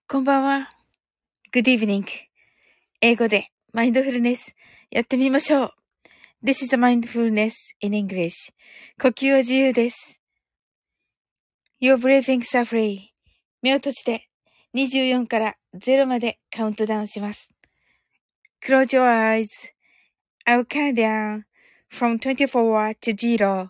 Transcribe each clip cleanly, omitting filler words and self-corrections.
こんばんは。Good evening. 英語でマインドフルネスやってみましょう。This is a mindfulness in English. 呼吸は自由です。Your breathings are free. 目を閉じて24から0までカウントダウンします。Close your eyes. I'll count down from 24 to 0.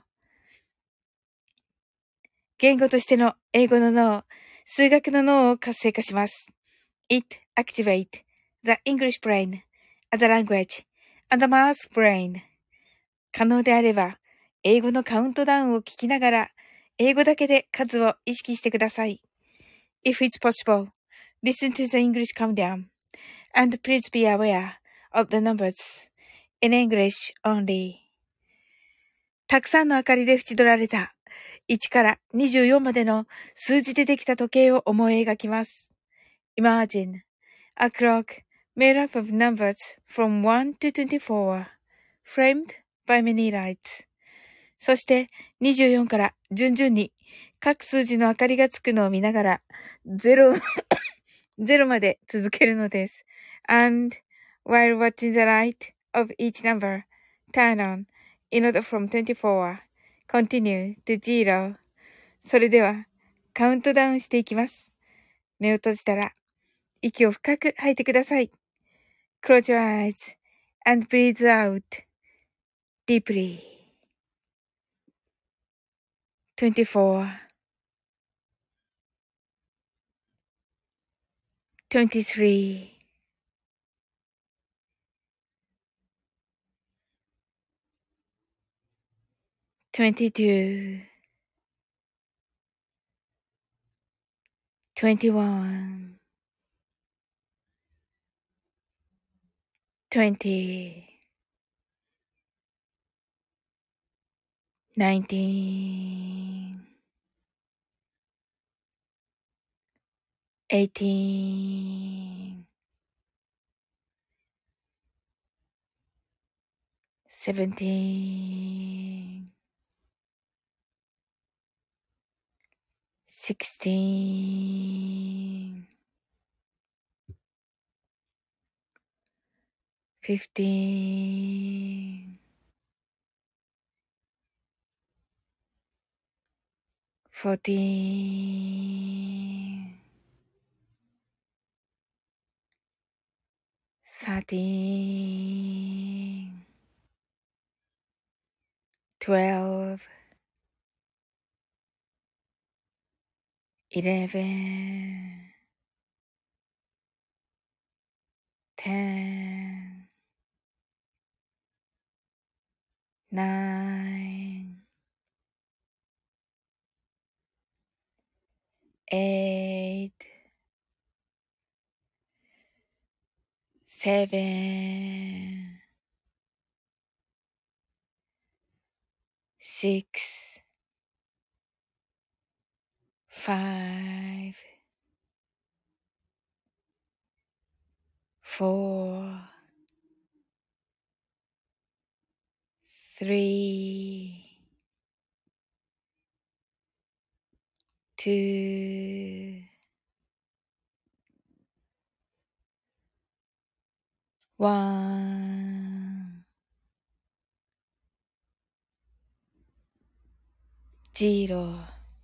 言語としての英語の脳、数学の脳を活性化します。It activates the English brain as a language and the math brain. 可能であれば、英語のカウントダウンを聞きながら、英語だけで数を意識してください。If it's possible, listen to the English countdown and please be aware of the numbers in English only. たくさんの明かりで縁取られた1から24までの数字でできた時計を思い描きます。Imagine a clock made up of numbers from 1 to 24, framed by many lights. そして24から順々に各数字の明かりがつくのを見ながら0まで続けるのです。And while watching the light of each number turn on in order from 24, continue to 0. それではカウントダウンしていきます。目を閉じたら息を深く吐いてください。Close your eyes and breathe out deeply. 24, 23, 22, 21, 20, 19, 18, 17, 16, 15, 14, 13, 12, 11, 10, 9, 8, 7, 6, 5, 4, 3, 2, 1, 0。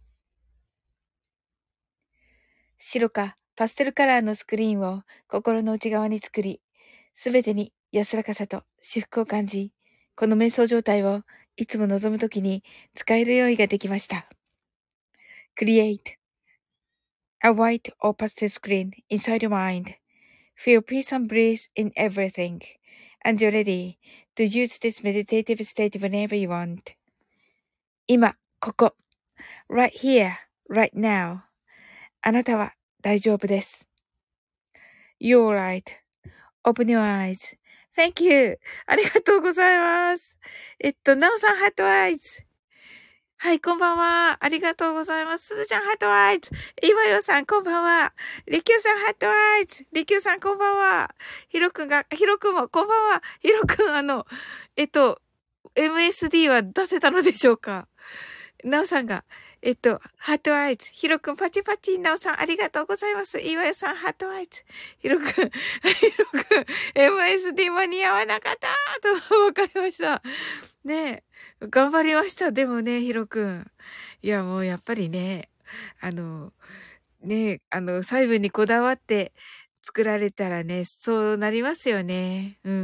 白かパステルカラーのスクリーンを心の内側に作り、すべてに安らかさと至福を感じ、この瞑想状態をいつも望むときに使える用意ができました。Create a white or pastel screen inside your mind. Feel peace and bliss in everything. And you're ready to use this meditative state whenever you want. 今、ここ。Right here, right now. あなたは大丈夫です。You're right.Open your eyes. Thank you. ありがとうございます。なおさん、ハートアイズ。はい、こんばんは。ありがとうございます。すずちゃん、ハートアイズ。いわよさん、こんばんは。りきゅうさん、ハートアイズ。りきゅうさん、こんばんは。ひろくんも、こんばんは。ひろくん、MSD は出せたのでしょうか？なおさんが、 ハートアイズ。ヒロくん、パチパチ、ナオさん、ありがとうございます。岩井さん、ハートアイズ。ヒロくん、MSD 間に合わなかったと、わかりました。ねえ、頑張りました。でもね、ヒロくん。いや、もうやっぱりね、あの、細部にこだわって作られたらね、そうなりますよね。うんうん。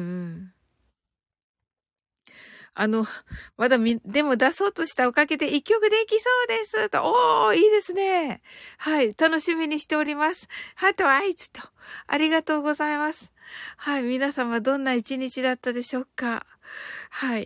あの、でも出そうとしたおかげで一曲できそうですと。おー、いいですね。はい、楽しみにしております。ハートアイズと。ありがとうございます。はい、皆様どんな一日だったでしょうか。はい。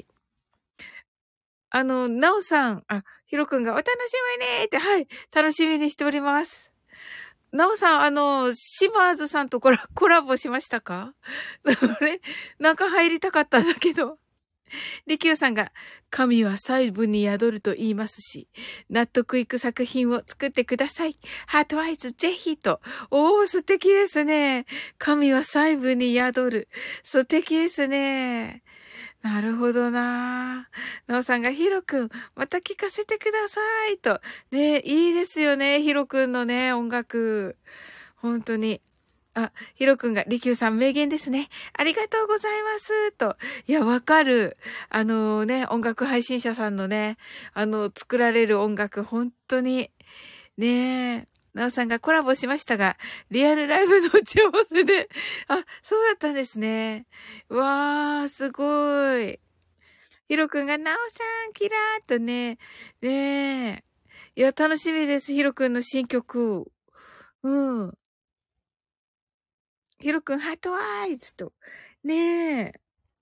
なおさん、ひろくんがお楽しみにって、はい、楽しみにしております。なおさん、シマーズさんとコラボしましたか？あれなんか入りたかったんだけど。リキューさんが、神は細部に宿ると言いますし、納得いく作品を作ってください。ハートアイズぜひと。おー、素敵ですね。神は細部に宿る。素敵ですね。なるほどな。なおさんがヒロくん、また聞かせてくださいと。ね、いいですよね、ヒロくんのね、音楽。本当に。ヒロくんが、リキューさん名言ですね。ありがとうございます。と。いや、わかる。音楽配信者さんのね、作られる音楽、本当に、ねえ。なおさんがコラボしましたが、リアルライブの打ち合わせで、そうだったんですね。わー、すごい。ヒロくんが、なおさん、キラーっとね、ねえ。いや、楽しみです、ヒロくんの新曲。うん。ヒロくん、ハートアイズと。ねえ。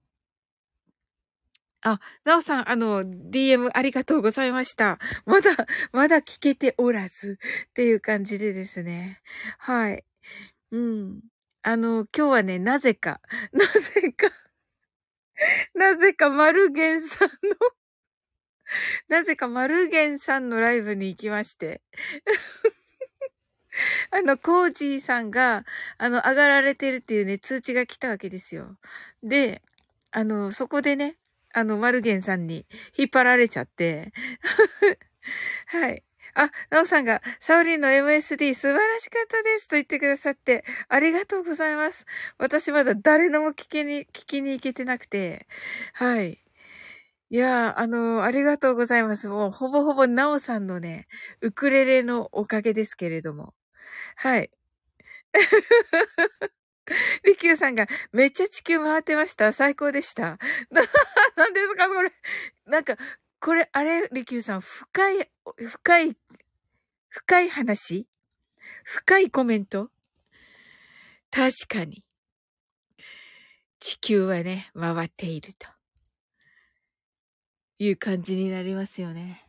なおさん、DM ありがとうございました。まだ聞けておらずっていう感じでですね。はい。うん。今日はね、なぜかマルゲンさんの、なぜかマルゲンさんのライブに行きまして。コージーさんが、上がられてるっていうね、通知が来たわけですよ。で、そこでね、マルゲンさんに引っ張られちゃって、はい。なおさんが、サオリンの MSD 素晴らしかったですと言ってくださって、ありがとうございます。私まだ誰のも聞きに行けてなくて、はい。いやー、ありがとうございます。もう、ほぼほぼなおさんのね、ウクレレのおかげですけれども。はい。リキューさんが、めっちゃ地球回ってました。最高でした。なんですか、それ。なんか、これ、あれ、リキューさん、深い話深いコメント。確かに、地球はね、回っているという感じになりますよね。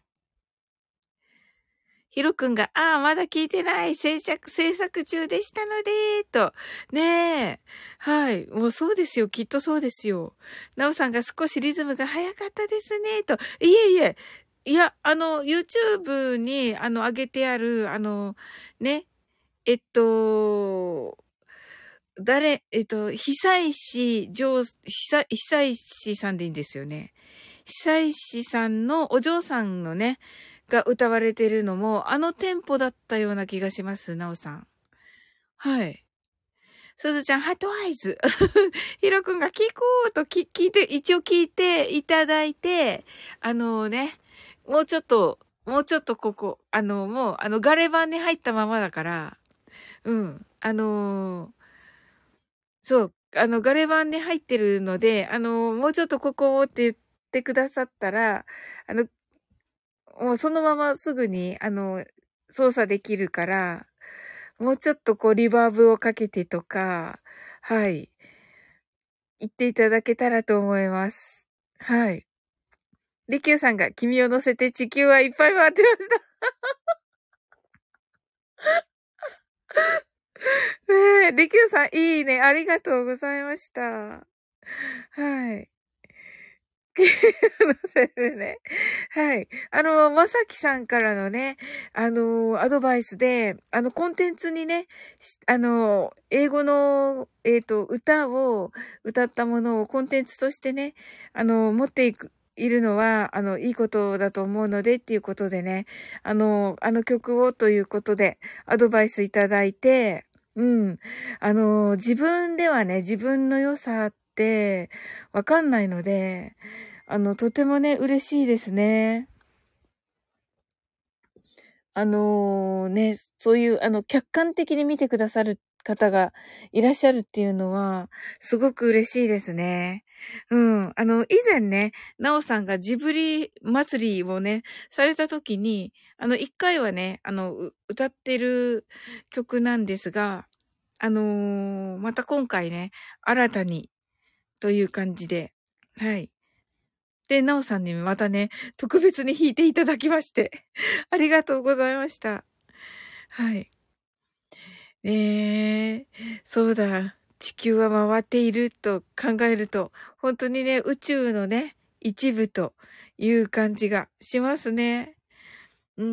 ヒロくんが、まだ聞いてない。制作中でしたので、と。ねえ。はい。もうそうですよ。きっとそうですよ。なおさんが少しリズムが早かったですね、と。いえいえ。いや、YouTube に、上げてある、ね、えっと、被災市さんでいいんですよね。被災市さんのお嬢さんのね、が歌われてるのも、あのテンポだったような気がします、なおさん。はい。すずちゃん、ハートアイズ。ひろくんが聞こうと一応聞いていただいて、もうちょっと、ここ、もう、ガレ版に入ったままだから、うん。そう、ガレ版に入ってるので、もうちょっとここをって言ってくださったら、あの、もうそのまますぐに、操作できるから、もうちょっとこうリバーブをかけてとか、はい、言っていただけたらと思います。はい。リキューさんが君を乗せて地球はいっぱい回ってました。ねえ、リキューさんいいね。ありがとうございました。はい。のせでね。はい。まさきさんからのね、アドバイスで、コンテンツにね、英語の、歌を歌ったものをコンテンツとしてね、持っていく。 いるのは、いいことだと思うのでっていうことでね、あの曲をということでアドバイスいただいて、うん。自分ではね、自分の良さってわかんないので、とてもね、嬉しいですね。ね、そういう、客観的に見てくださる方がいらっしゃるっていうのは、すごく嬉しいですね。うん。以前ね、なおさんがジブリ祭りをね、された時に、一回はね、歌ってる曲なんですが、また今回ね、新たにという感じで、はい。で、なおさんにまたね、特別に弾いていただきまして、ありがとうございました。はい。そうだ。地球は回っていると考えると、本当にね、宇宙のね、一部という感じがしますね。うん。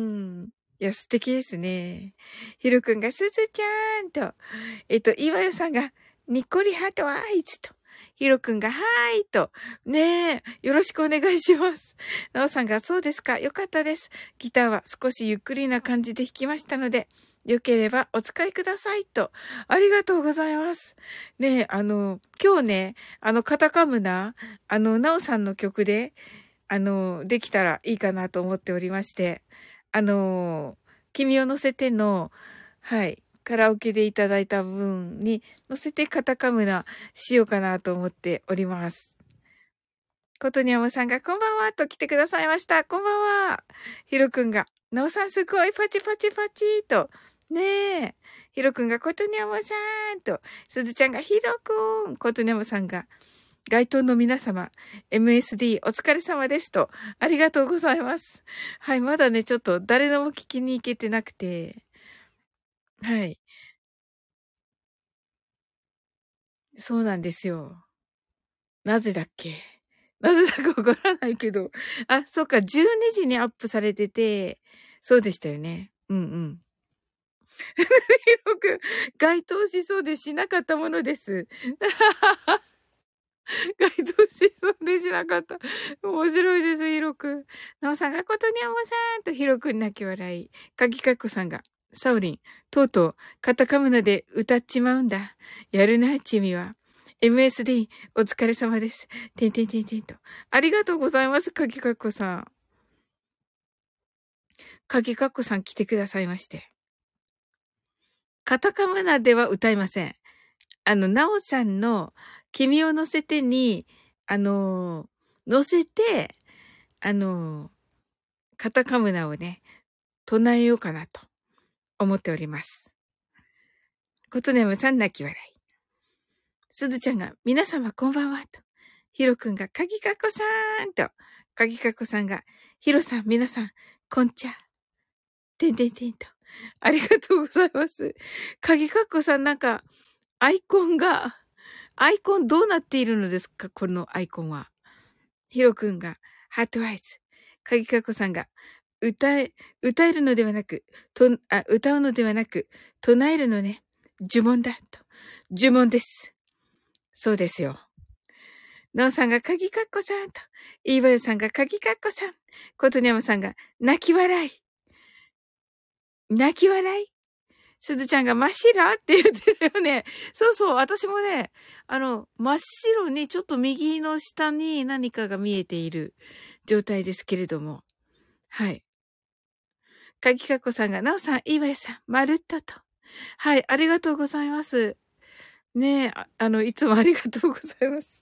いや、素敵ですね。ひろくんがすずちゃんと、岩代さんが、にっこりハートアイズと、ひろくんが、はーいと、ねえ、よろしくお願いします。なおさんが、そうですか、よかったです。ギターは少しゆっくりな感じで弾きましたので、よければお使いくださいと、ありがとうございます。ねえ、今日ね、カタカムナ、なおさんの曲で、できたらいいかなと思っておりまして、君を乗せての、はい、カラオケでいただいた分に乗せてカタカムナしようかなと思っております。ことにゃむさんがこんばんはと来てくださいました。こんばんは。ひろくんが、なおさんすごいパチパチパチと。ねえ。ひろくんがことにゃむさんと。すずちゃんがひろくん。ことにゃむさんが、該当の皆様、MSD お疲れ様ですと。ありがとうございます。はい、まだね、ちょっと誰のも聞きに行けてなくて。はい。そうなんですよ。なぜだっけなぜだかわからないけど。あ、そうか、12時にアップされてて、そうでしたよね。うんうん。よく該当しそうでしなかったものです。該当しそうでしなかった。面白いです、ヒロくん。なおさんがことにゃもさんとヒロくん泣き笑い。かぎかっこさんが、サオリン、とうとう、カタカムナで歌っちまうんだ。やるな、チミは。MSD、お疲れ様です。てんてんてんてんと。ありがとうございます、かぎかっこさん。かぎかっこさん来てくださいまして。カタカムナでは歌いません。なおさんの君を乗せてに、乗せて、あの、カタカムナをね、唱えようかなと思っております。ことねむさん泣き笑い。すずちゃんが、皆様こんばんはと。ひろくんが、かぎかこさーんと。かぎかこさんが、ひろさん、皆さん、こんちゃ。てんてんてんと。ありがとうございます。かぎかこさんなんか、アイコンどうなっているのですかこのアイコンは。ひろくんが、ハートアイズ。かぎかこさんが、歌えるのではなく、歌うのではなく、唱えるのね。呪文だ。と。呪文です。そうですよ。のんさんがかぎかっこさんと。いいばよさんがかぎかっこさん。ことにゃむさんが泣き笑い。泣き笑い。すずちゃんが真っ白って言ってるよね。そうそう、私もね、真っ白にちょっと右の下に何かが見えている状態ですけれども。はい。かぎかっこさんが、なおさん、いいわよさん、まるっとと。はい、ありがとうございます。ねえ、いつもありがとうございます。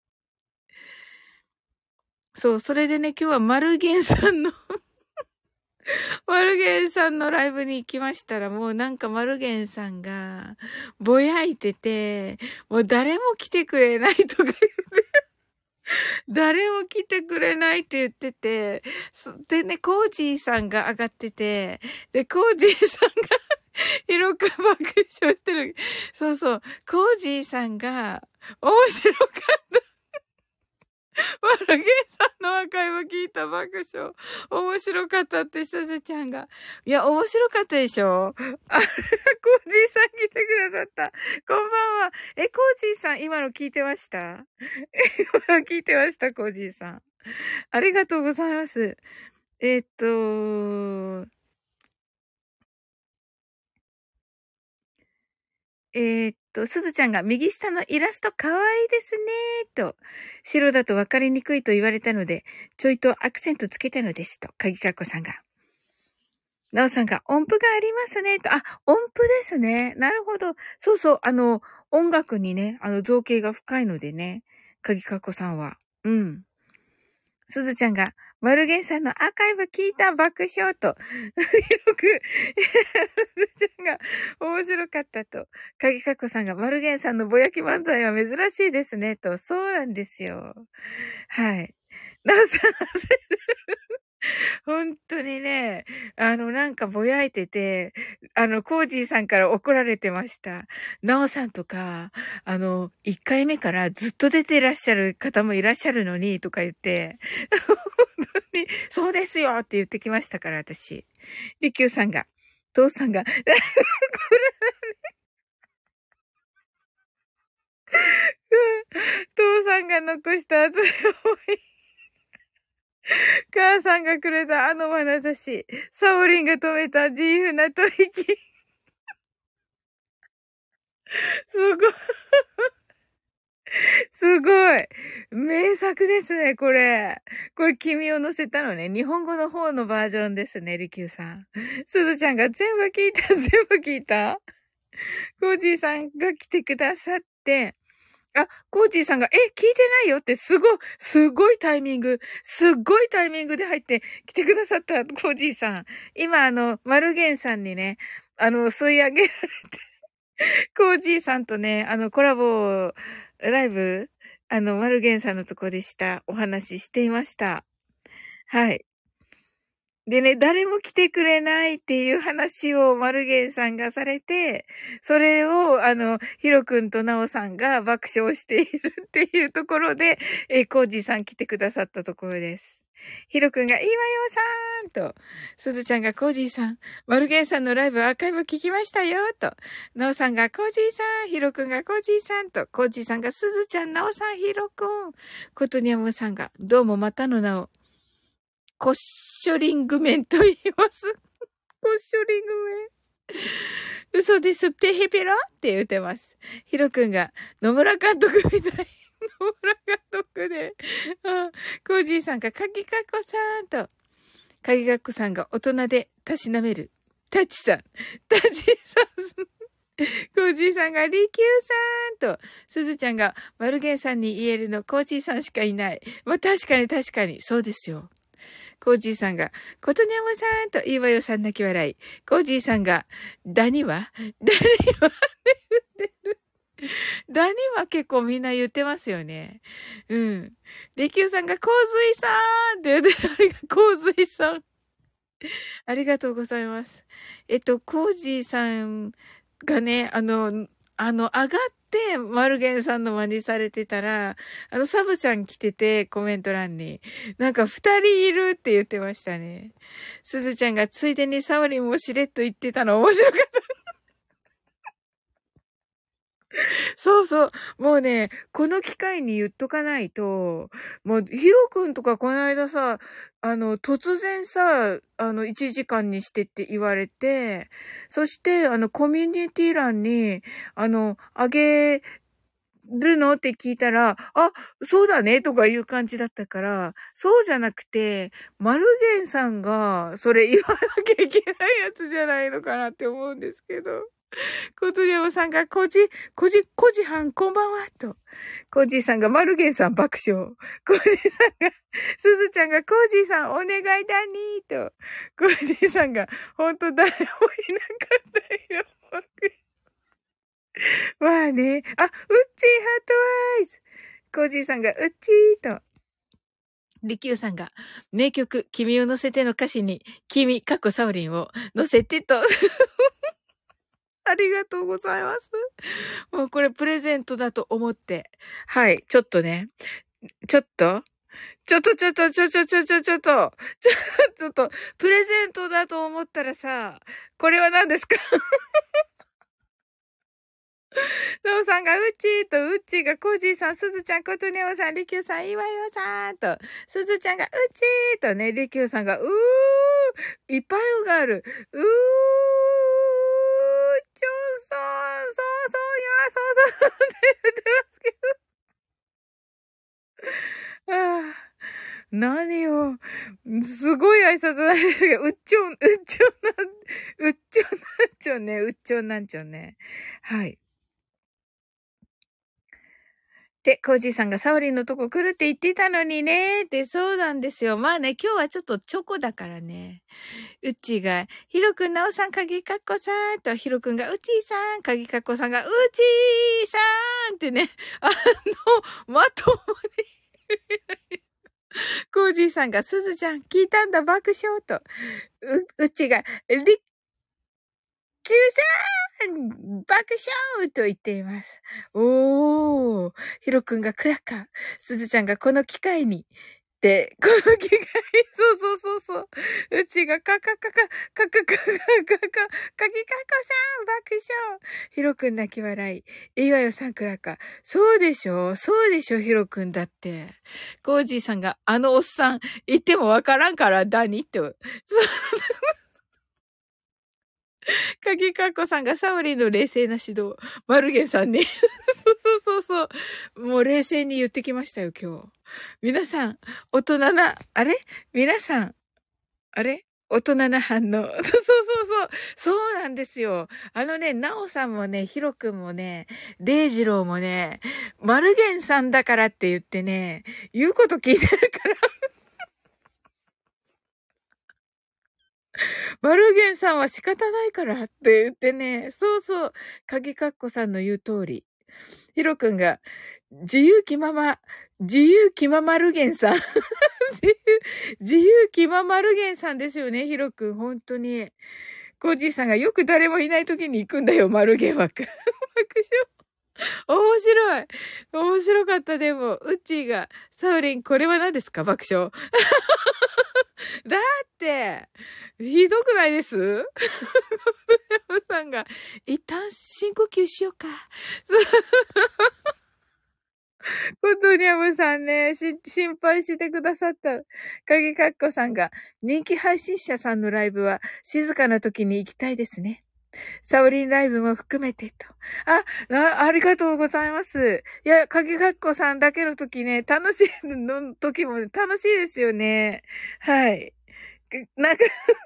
そう、それでね、今日はマルゲンさんのマルゲンさんのライブに行きましたら、もうなんかマルゲンさんが、ぼやいてて、もう誰も来てくれないとか言って、誰も来てくれないって言ってて、でね、コージーさんが上がってて、で、コージーさんがヒロくん爆笑してる。そうそう、コージーさんが、面白かった。マルゲンさんの和解を聞いた爆笑。面白かったってすずちゃんが。いや、面白かったでしょコージーさん来てくださった。こんばんは。コージーさん今の聞いてました今の聞いてました、コージーさん。 ありがとうございます。えっと、すずちゃんが右下のイラストかわいいですねと、白だとわかりにくいと言われたので、ちょいとアクセントつけたのですと、かぎかっこさんが。なおさんが音符がありますねと、あ、音符ですね。なるほど。そうそう、音楽にね、造形が深いのでね、かぎかっこさんは。うん。すずちゃんが、マルゲンさんのアーカイブ聞いた爆笑と、よく、すずちゃんが面白かったと、かぎかこさんが、マルゲンさんのぼやき漫才は珍しいですねと、そうなんですよ。はい。なおさん、本当にね、なんかぼやいてて、コージーさんから怒られてました。なおさんとか、1回目からずっと出ていらっしゃる方もいらっしゃるのに、とか言って、本当に、そうですよって言ってきましたから、私。りきゅうさんが、父さんが、これ、父さんが残した熱い思い。母さんがくれたあの眼差し。サオリンが止めた自由な吐息。すごい。すごい。名作ですね、これ。これ、君を乗せたのね。日本語の方のバージョンですね、リキューさん。すずちゃんが全部聞いた、全部聞いたコージーさんが来てくださって、あ、コージーさんが、聞いてないよってすごいタイミング、すっごいタイミングで入って来てくださったコージーさん。今、マルゲンさんにね、吸い上げられて、コージーさんとね、コラボ、ライブ、マルゲンさんのとこでしたお話ししていました。はい。でね、誰も来てくれないっていう話をマルゲンさんがされて、それを、ヒロ君とナオさんが爆笑しているっていうところで、コージーさん来てくださったところです。ヒロ君が、いいわよさんと、すずちゃんがコージーさん、マルゲンさんのライブアーカイブ聞きましたよと、ナオさんがコージーさん、ヒロ君がコージーさんと、コージーさんがすずちゃん、ナオさん、ヒロ君、コトニャムさんが、どうもまたの名を、コッショリング麺と言います。コッショリング麺。嘘です。てへぺらって言ってます。ヒロ君が野村監督みたい。野村監督で。コージーさんがかぎかこさんと。かぎかこさんが大人でたしなめる。タチさん。タチさん。コージーさんがリキューさんと。すずちゃんがマルゲンさんに言えるのコージーさんしかいない。まあ、確かに。そうですよ。コージーさんが、ことにゃまさんと、いいわよさん泣き笑い。コージーさんが、ダニはダニは結構みんな言ってますよね。うん。レキューさんが、洪水さんって言って、洪水さん。ありがとうございます。コージーさんがね、上がって、マルゲンさんの真似されてたら、サブちゃん来てて、コメント欄に。なんか二人いるって言ってましたね。すずちゃんがついでにサオリンもしれっと言ってたの面白かった。そうそう。もうね、この機会に言っとかないと、もう、ヒロ君とかこの間さ、突然さ、1時間にしてって言われて、そして、コミュニティ欄に、あげるのって聞いたら、あ、そうだね、とかいう感じだったから、そうじゃなくて、マルゲンさんが、それ言わなきゃいけないやつじゃないのかなって思うんですけど。コトヤマさんが、コジはん、こんばんは、と。コジーさんが、マルゲンさん爆笑。コジーさんが、すずちゃんが、コジーさんお願いだにーと。コジーさんが、ほんと誰もいなかったよ。まあね。あ、ウッチーハートワイズ。コージーさんが、ウッチーと。リキューさんが、名曲、君を乗せての歌詞に、君、カッコサウリンを乗せてと。ありがとうございます。もうこれプレゼントだと思って。はい、ちょっとね。ちょっとちょっと、ちょっと、ちょっと、ちょっと、プレゼントだと思ったらさ、これは何ですか？ なおさんがうちーと、うっちーがコージーさん、すずちゃん、ことねおさん、りきゅうさん、いわよさんと、すずちゃんがうちーとね、りきゅうさんがいっぱいうがある。ちょそう、そうそう、いや、そうそう、って言ってますけど。ああ、何を、すごい挨拶なんですけど、うっちょんなんちょんね、うっちょんなんちょんね。はい。で、コージーさんがサオリンのとこ来るって言ってたのにね、ってそうなんですよ。まあね、今日はちょっとチョコだからね。うちが、ひろくん、なおさん、かぎかっこさんと、ひろくんが、うちーさん、かぎかっこさんが、うちーさんってね、まともにコージーさんが、すずちゃん、聞いたんだ、爆笑と。うちが、Q さん爆笑と言っています。おー。ヒロくんがクラッカー。すずちゃんがこの機会に。で、この機会、そうそうそうそう。うちがカカカ、カキカコさん爆笑。ヒロくん泣き笑い。いいわよさんクラッカー。そうでしょそうでしょヒロくんだって。コージーさんがあのおっさん言ってもわからんから何って。かぎかっこさんがサオリンの冷静な指導。マルゲンさんに。そうそう。もう冷静に言ってきましたよ、今日。皆さん、大人な、あれ皆さん、あれ大人な反応。そうそうそう。そうなんですよ。なおさんもね、ひろくんもね、デイジローもね、マルゲンさんだからって言ってね、言うこと聞いてるから。マルゲンさんは仕方ないからって言ってね、そうそう、かぎかっこさんの言う通り。ひろくんが、自由気ままるげんさん。自由気ままるげんさんですよね、ひろくん、本当に。コージーさんがよく誰もいない時に行くんだよ、マルゲン枠。爆笑。面白い。面白かった、でも。うっちーが、サウリン、これは何ですか爆笑。だって、ひどくないですさんが、一旦深呼吸しようか。コトニャムさんね、心配してくださった。かぎかっこさんが、人気配信者さんのライブは静かな時に行きたいですね。サオリンライブも含めてと。ありがとうございます。いや、かぎかっこさんだけの時ね、楽しいの時も、ね、楽しいですよね。はい。なんか、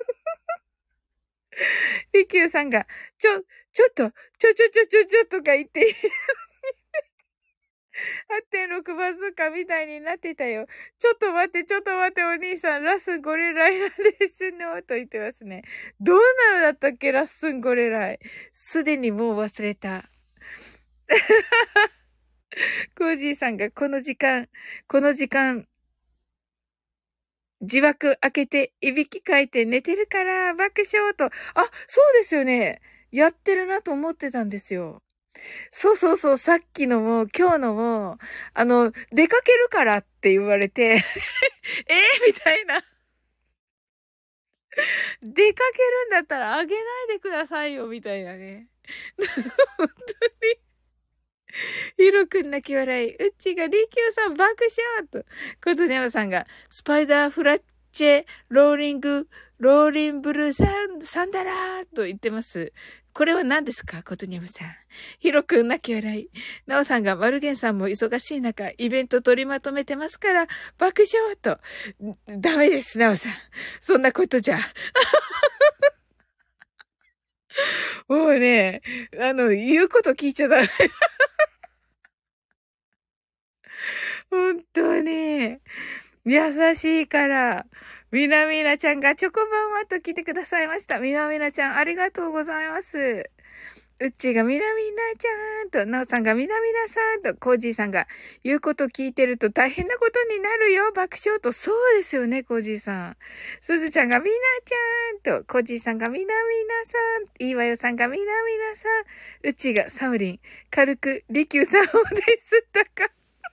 リキューさんが、ちょっと、とか言って、8.6バズーカみたいになってたよ。ちょっと待って、お兄さん。ラッスンゴレライなんですのと言ってますね。どんなのだったっけラッスンゴレライ。すでにもう忘れた。コージーさんがこの時間、自枠開けて、いびきかいて寝てるから、爆笑と。そうですよね。やってるなと思ってたんですよ。そう、さっきのも、今日のも、出かけるからって言われてみたいな。出かけるんだったらあげないでくださいよ、みたいなね。本当に。ヒロくん泣き笑い。うっちがリキューさん爆笑と。ことねまさんが、スパイダーフラッチェ、ローリンブルーサンダラーと言ってます。これは何ですかことにゃむさん。ヒロくん泣き笑い。なおさんが、マルゲンさんも忙しい中、イベント取りまとめてますから、爆笑と。ダメです、なおさん。そんなことじゃ。もうね、言うこと聞いちゃダメ。本当に。優しいから。みなみなちゃんがチョコバンはと来てくださいました。みなみなちゃん、ありがとうございます。うっちーがみなみなちゃんと、なおさんがみなみなさんと、コージーさんが言うこと聞いてると大変なことになるよ、爆笑と。そうですよね、コージーさん。すずちゃんがみなちゃんと、コージーさんがみなみなさん、いいわよさんがみなみなさん、うっちーがサウリン、軽く、りきゅうさんをですったか。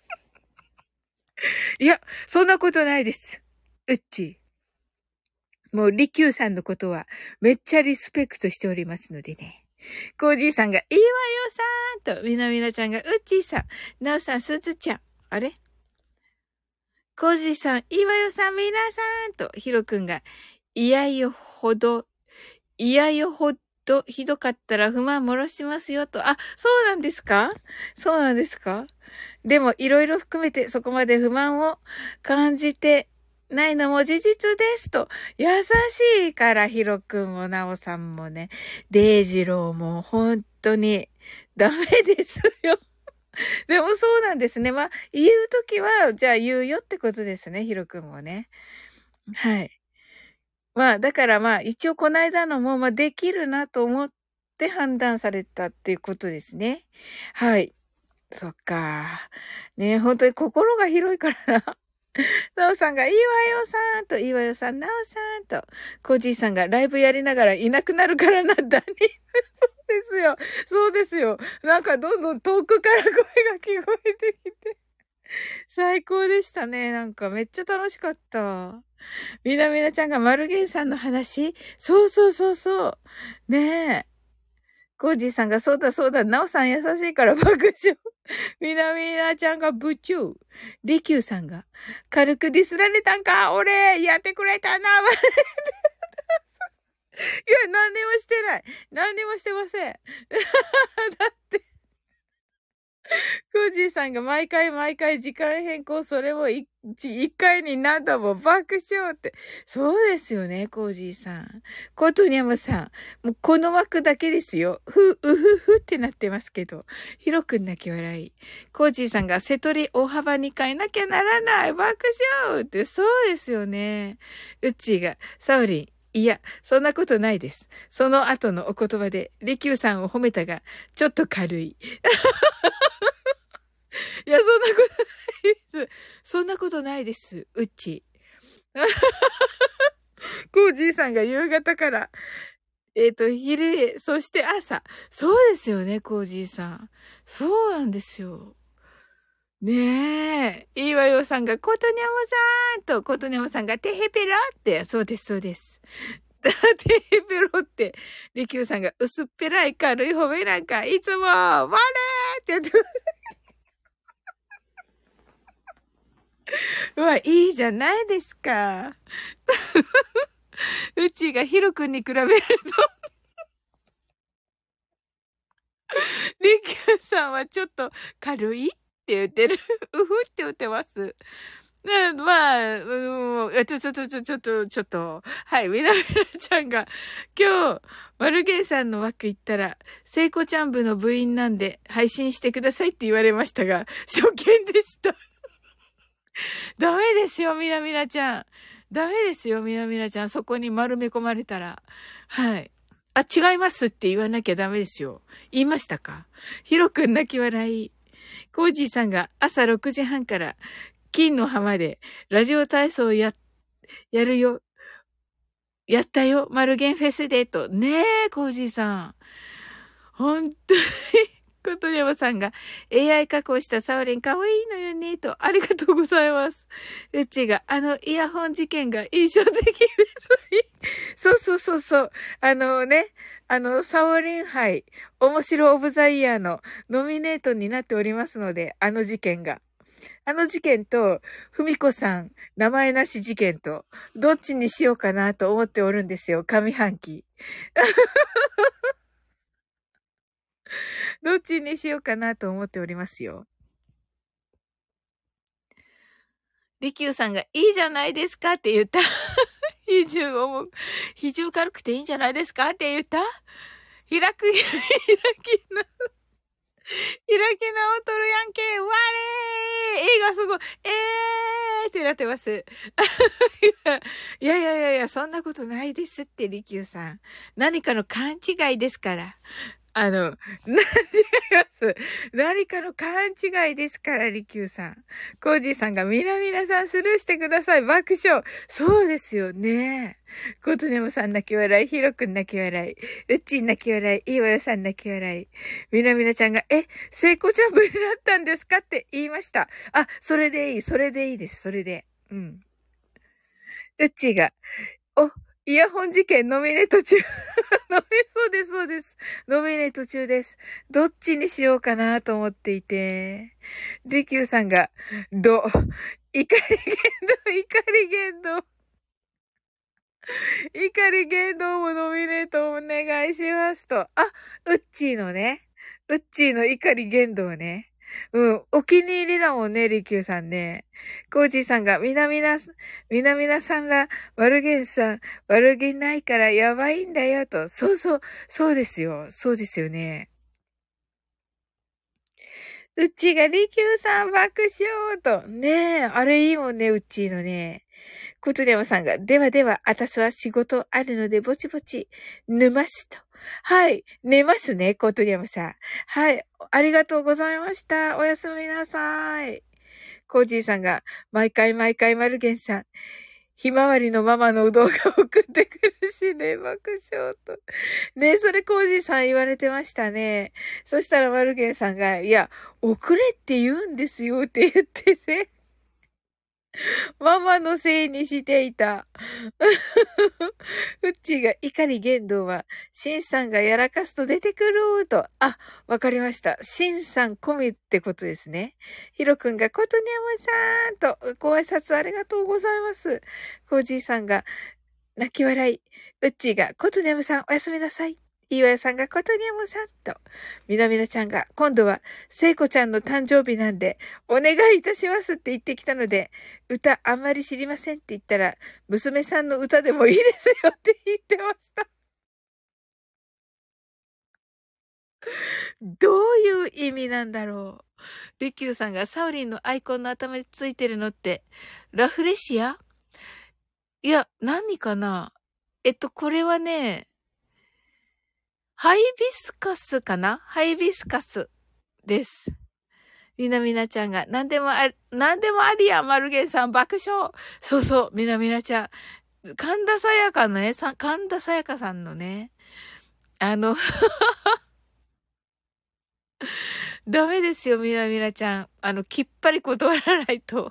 いや、そんなことないです。うっちー。もう、りきゅうさんのことは、めっちゃリスペクトしておりますのでね。 コージーさんが、いいわよさんと、みなみなちゃんが、うっちーさん、なおさん、すずちゃん。あれコージーさん、いいわよさん、みなさんと、ひろくんが、いやよほどひどかったら不満漏らしますよと。あ、そうなんですか？そうなんですか？でも、いろいろ含めてそこまで不満を感じてないのも事実ですと。優しいから、ひろくんもなおさんもね。デイジローも本当にダメですよ。でもそうなんですね。まあ、言うときは、じゃあ言うよってことですね、ひろくんもね。はい。まあ、だからまあ、一応この間のも、まあ、できるなと思って判断されたっていうことですね。はい。そっか。ね、本当に心が広いからな。なおさんが、いいわよさんと、いいわよさん、なおさんと、コージーさんがライブやりながらいなくなるからな、ダニ。そうですよ。そうですよ。なんかどんどん遠くから声が聞こえてきて。最高でしたね。なんかめっちゃ楽しかった。みなみなちゃんがマルゲンさんの話？そうそうそうそう。ねえ。コージーさんがそうだそうだ、なおさん優しいから爆笑。みなみなちゃんがブチュー。リキューさんが軽くディスられたんか俺やってくれたな。いや、何にもしてない。何にもしてません。だって、コージーさんが毎回時間変更、それも一回に何度も爆笑って。そうですよね、コージーさん。コトニャムさん。もうこの枠だけですよ。うふふってなってますけど。ヒロくん泣き笑い。コージーさんが瀬戸り大幅に変えなきゃならない。爆笑って。そうですよね。うっちーが、サオリン。いや、そんなことないです。その後のお言葉で、リキューさんを褒めたが、ちょっと軽い。いや、そんなことないです。そんなことないです。うっち。コージーさんが夕方から、昼へ、そして朝。そうですよね、コージーさん。そうなんですよ。ねえ。いいわよさんが、コトニャムさんと、コトニャムさんが、テヘペロって、そうです、そうです。テヘペロって、リキューさんが、薄っぺらい軽い褒めなんか、いつも、我って言って、うわ、いいじゃないですか。うちがヒロ君に比べると、リキューさんはちょっと軽いって言ってる。うふって言ってます。ね、まあ、ちょっと、はい、みなみなちゃんが、今日、マルゲンさんの枠行ったら、聖子ちゃん部の部員なんで、配信してくださいって言われましたが、初見でした。ダメですよ、みなみなちゃん。ダメですよ、みなみなちゃん。そこに丸め込まれたら。はい。あ、違いますって言わなきゃダメですよ。言いましたか？ヒロくん泣き笑い。コージーさんが朝6時半から金の浜でラジオ体操やるよ。やったよ。マルゲンフェスデート。ねえ、コージーさん。本当に。ことやまさんが AI 加工したサオリン可愛いのよね、と。ありがとうございます。うちが、イヤホン事件が印象的です。そう。サオリン杯、面白オブザイヤーのノミネートになっておりますので、あの事件が。あの事件と、ふみこさん、名前なし事件と、どっちにしようかなと思っておるんですよ、上半期。どっちにしようかなと思っておりますよ。リキューさんがいいじゃないですかって言った。比重軽くていいんじゃないですかって言った。開き直っとるやんけ。われー映画すごい。ってなってます。いや、そんなことないですって、リキューさん。何かの勘違いですから。違います。何かの勘違いですから、リキューさん。コージーさんが、みなみなさんスルーしてください。爆笑。そうですよね。コトネモさん泣き笑い。ヒロくん泣き笑い。うっちー泣き笑い。いいわよさん泣き笑い。みなみなちゃんが、聖子ちゃんぶりだったんですかって言いました。あ、それでいいです。それで。うん。うっちーが、 イヤホン事件ノミネート中。そうです、そうです。ノミネート中です。どっちにしようかなと思っていて。リキューさんが、怒り言動。怒り言動もノミネートお願いしますと。あ、ウッチーのね。ウッチーの怒り言動ね。うん。お気に入りだもんね、リキューさんね。コージーさんが、みなみなさんら、悪気さん、悪気ないからやばいんだよと。そうそう、そうですよ。そうですよね。うっちーがリキューさん爆笑と。ねえ、あれいいもんね、うっちーのね。ことりやまさんが、ではでは、あたすは仕事あるので、ぼちぼち、寝ますと。はい。寝ますね、ことりやまさん。はい。ありがとうございました。おやすみなさい。コージーさんが、毎回マルゲンさん。ひまわりのママの動画を送ってくるしね、爆笑と。ね、それコージーさん言われてましたね。そしたらマルゲンさんが、いや、遅れって言うんですよって言ってね。ママのせいにしていた。うっちーが怒り言動は、シンさんがやらかすと出てくると。あ、わかりました。シンさん込みってことですね。ヒロくんがことにゃむさんと、ご挨拶ありがとうございます。コージーさんが泣き笑い。うっちーがことにゃむさんおやすみなさい。岩屋さんがことにゃむさんと、みなみなちゃんが今度は聖子ちゃんの誕生日なんでお願いいたしますって言ってきたので、歌あんまり知りませんって言ったら、娘さんの歌でもいいですよって言ってました。どういう意味なんだろう。リキューさんがサウリンのアイコンの頭についてるのって、ラフレシア？いや、何かな？これはね、ハイビスカスかな？ハイビスカスです。みなみなちゃんが、なんでもありや、マルゲンさん爆笑。そうそう、みなみなちゃん。神田沙也加のね、神田沙也加さんのね、あの、ダメですよ、みなみなちゃん。きっぱり断らないと。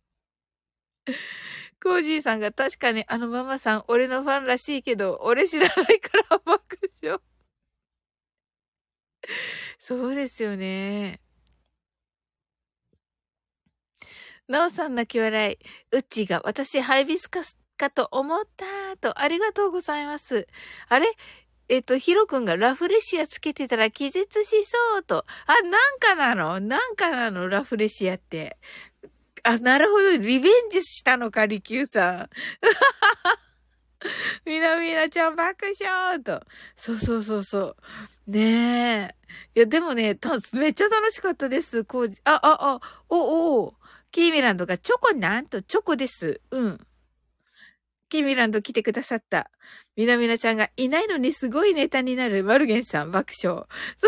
コージーさんが確かにママさん、俺のファンらしいけど、俺知らないから爆笑。そうですよね。なおさん泣き笑い。うっちーが私ハイビスカスかと思ったと、ありがとうございます。あれヒロ君がラフレシアつけてたら気絶しそうと。あ、なんかなのラフレシアって。あ、なるほど。リベンジしたのか、リキューさん。みなみなちゃん爆笑と。そうそうそうそう。ねえ。いや、でもね、めっちゃ楽しかったです。キーミランドがチョコなんとチョコです。うん。キーミランド来てくださった。みなみなちゃんがいないのにすごいネタになるマルゲンさん爆笑。そう、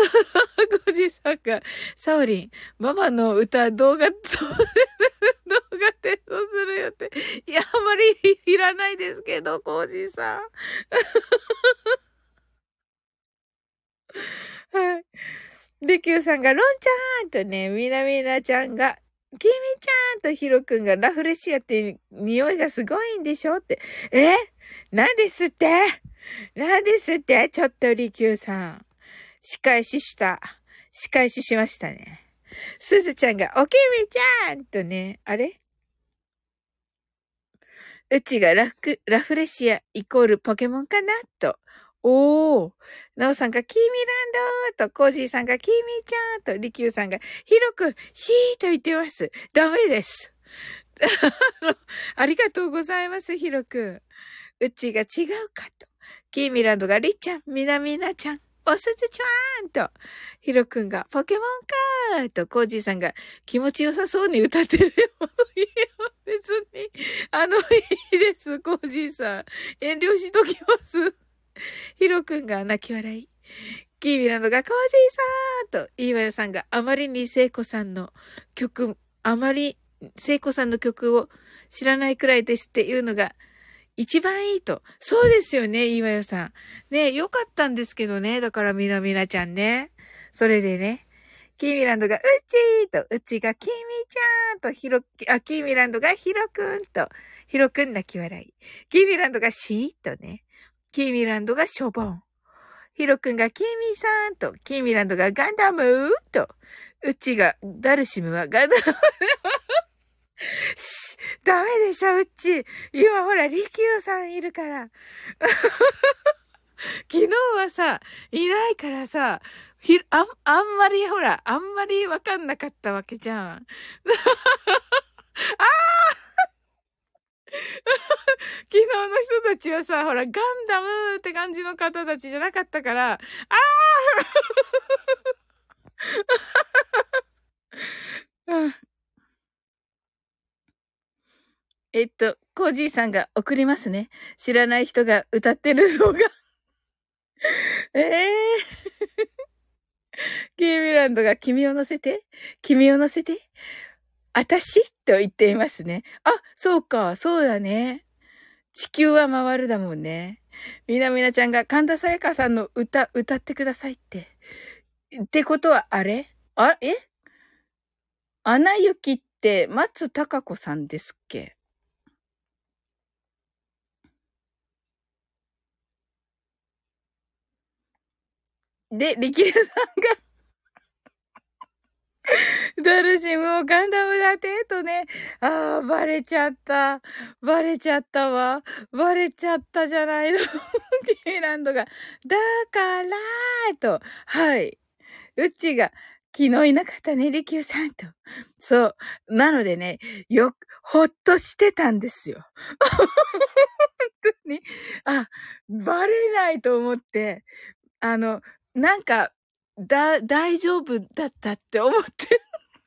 ゴジさんが、サオリン、ママの歌動画提供するよって。いや、あんまりいらないですけど、コージーさん。はい。で、キューさんが、ロンちゃんとね、みなみなちゃんが、キミちゃんとヒロくんがラフレシアって匂いがすごいんでしょって。なんですってなんですってちょっとリキューさん。仕返ししましたね。すずちゃんが、おきみちゃんとね、あれうちがラフレシアイコールポケモンかなと。おー。なおさんがキーミランドと、コージーさんがキーミーちゃんと、リキューさんがヒロくん、シーと言ってます。ダメです。ありがとうございます、ヒロくん。うちが違うかと。キーミランドがリッちゃん、みなみなちゃん、おすずちゃんと、ヒロくんがポケモンかーと、コージーさんが気持ちよさそうに歌ってるよ。いや、別に、いいです、コージーさん。遠慮しときます。ヒロくんが泣き笑い。キーミランドがコージーさんと、イーワヨさんがあまりに聖子さんの曲を知らないくらいですっていうのが一番いいと。そうですよね、イーワヨさん。ね、よかったんですけどね。だからみなみなちゃんね。それでね。キーミランドがうちがキーミちゃんとキーミランドがヒロくんと、 ヒロくん泣き笑い。キーミランドがシーッとね。キーミランドがショボン。ヒロくんがキーミさんと、キーミランドがガンダムーと、うちが、ダルシムはガンダムダメでしょ、うち。今ほら、リキューさんいるから。昨日はさ、いないからさ、あんまりほら、あんまりわかんなかったわけじゃん。昨日の人たちはさ、ほら、ガンダムって感じの方たちじゃなかったから、うん。コージーさんが送りますね。知らない人が歌ってる動画。ええキーミランドが君を乗せて、君を乗せて、あたしと言っていますね。あ、そうか、そうだね。地球は回るだもんね。みなみなちゃんが神田沙也加さんの歌ってくださいって。ってことはあれアナ雪って松たか子さんですっけ？で、力也さんがダルシムをガンダムだってとね。ああ、バレちゃった。バレちゃったわ。バレちゃったじゃないの。キーランドが、だからと。はい。うちが、昨日いなかったね、リキューさんと。そう。なのでね、ほっとしてたんですよ。本当に。あ、バレないと思って、あの、なんか、大丈夫だったって思って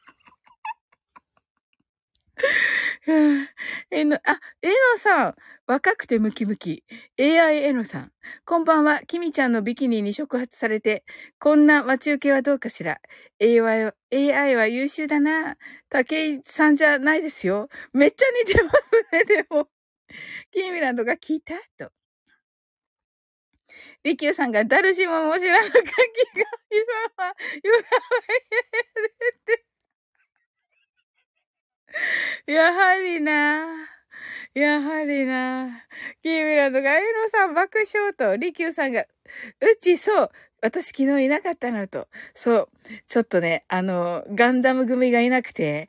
うん。えのさん。若くてムキムキ。AI えのさん。こんばんは。キミちゃんのビキニに触発されて、こんな待ち受けはどうかしら。AI は優秀だな。竹井さんじゃないですよ。めっちゃ似てますね、でも。キーミランドが聞いたと。リキューさんがダルシモも知らなか気が、いさま、やはりな。やはりな。キーミランドが、エロさん爆笑と、リキューさんが、そう。私昨日いなかったのと。そう。ちょっとね、ガンダム組がいなくて、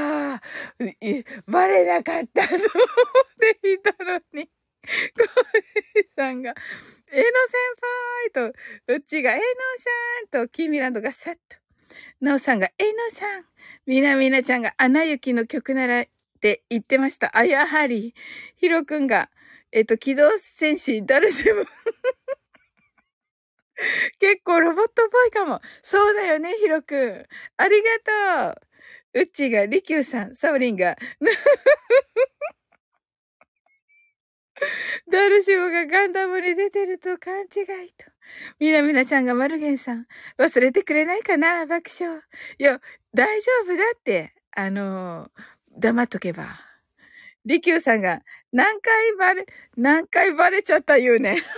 バレなかったと思っていたのに。コージさんが、エノ先輩と、うちがエノさんと、キーミランドがさっと。ナオさんが、エノさん。みなみなちゃんが、アナ雪の曲ならって言ってました。あ、やはり。ヒロくんが、機動戦士ダルシム。結構ロボットっぽいかも。そうだよね、ヒロくん。ありがとう。うっちーが、リキューさん、サオリンが、ダルシムがガンダムに出てると勘違いと。みなみなちゃんがマルゲンさん、忘れてくれないかな爆笑。いや、大丈夫だって。黙っとけば。リキューさんが、何回バレちゃった言うね。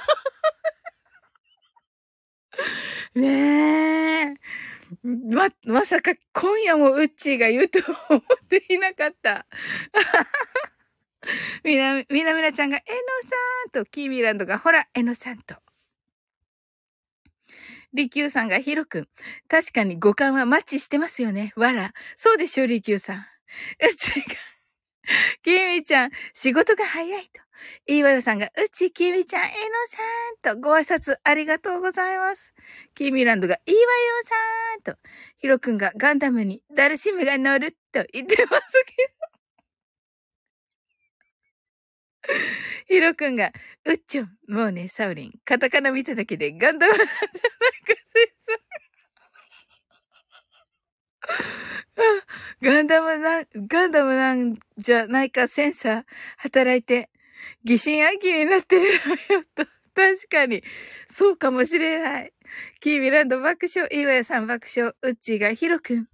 ねえ。まさか今夜もウッチーが言うと思っていなかった。みなみなちゃんが、えのさんと、キーミランドが、ほら、えのさんと。リキューさんが、ヒロくん。確かに五感はマッチしてますよね。わら。そうでしょ、リキューさん。うちが、キミちゃん、仕事が早いと。いいわよさんが、うち、キミちゃん、えのさんとご挨拶ありがとうございます。キミランドが、いいわよさんと、ヒロくんがガンダムにダルシムが乗ると言ってますけど、ヒロくんが、うっちょん、もうね、サウリン、カタカナ見ただけでガンダムなんじゃないかガンダムなんじゃないかセンサー働いて疑心暗鬼になってるのよと。確かに。そうかもしれない。キーミランド爆笑、イワヤさん爆笑、ウッチーがヒロくん。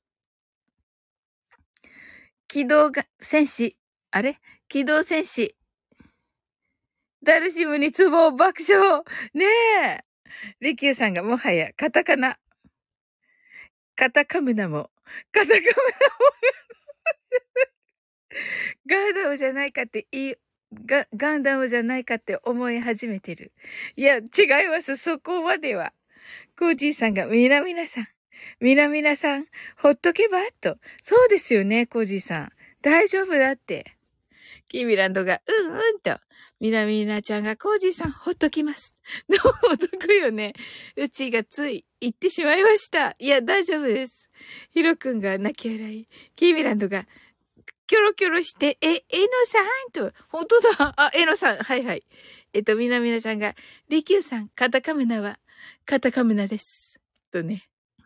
機動が、戦士。あれ機動戦士。ダルシムにツボ爆笑。ねえ。リキューさんがもはやカタカナ。カタカムナも。カタカムナも。 ガンダムじゃないかってガンダムじゃないかって思い始めてる。いや、違います。そこまでは。コージーさんが、みなみなさん、ほっとけばと。そうですよね、コージーさん。大丈夫だって。キーミランドが、と。みなみなちゃんが、コージーさん、ほっときます。ほっとくよね。うちがつい、言ってしまいました。いや、大丈夫です。ヒロくんが泣き笑い。キーミランドが、キョロキョロして、えのさんと、本当だ。あ、えのさん。はいはい。みなみなちゃんが、りきゅうさん、カタカムナは、カタカムナです。とね。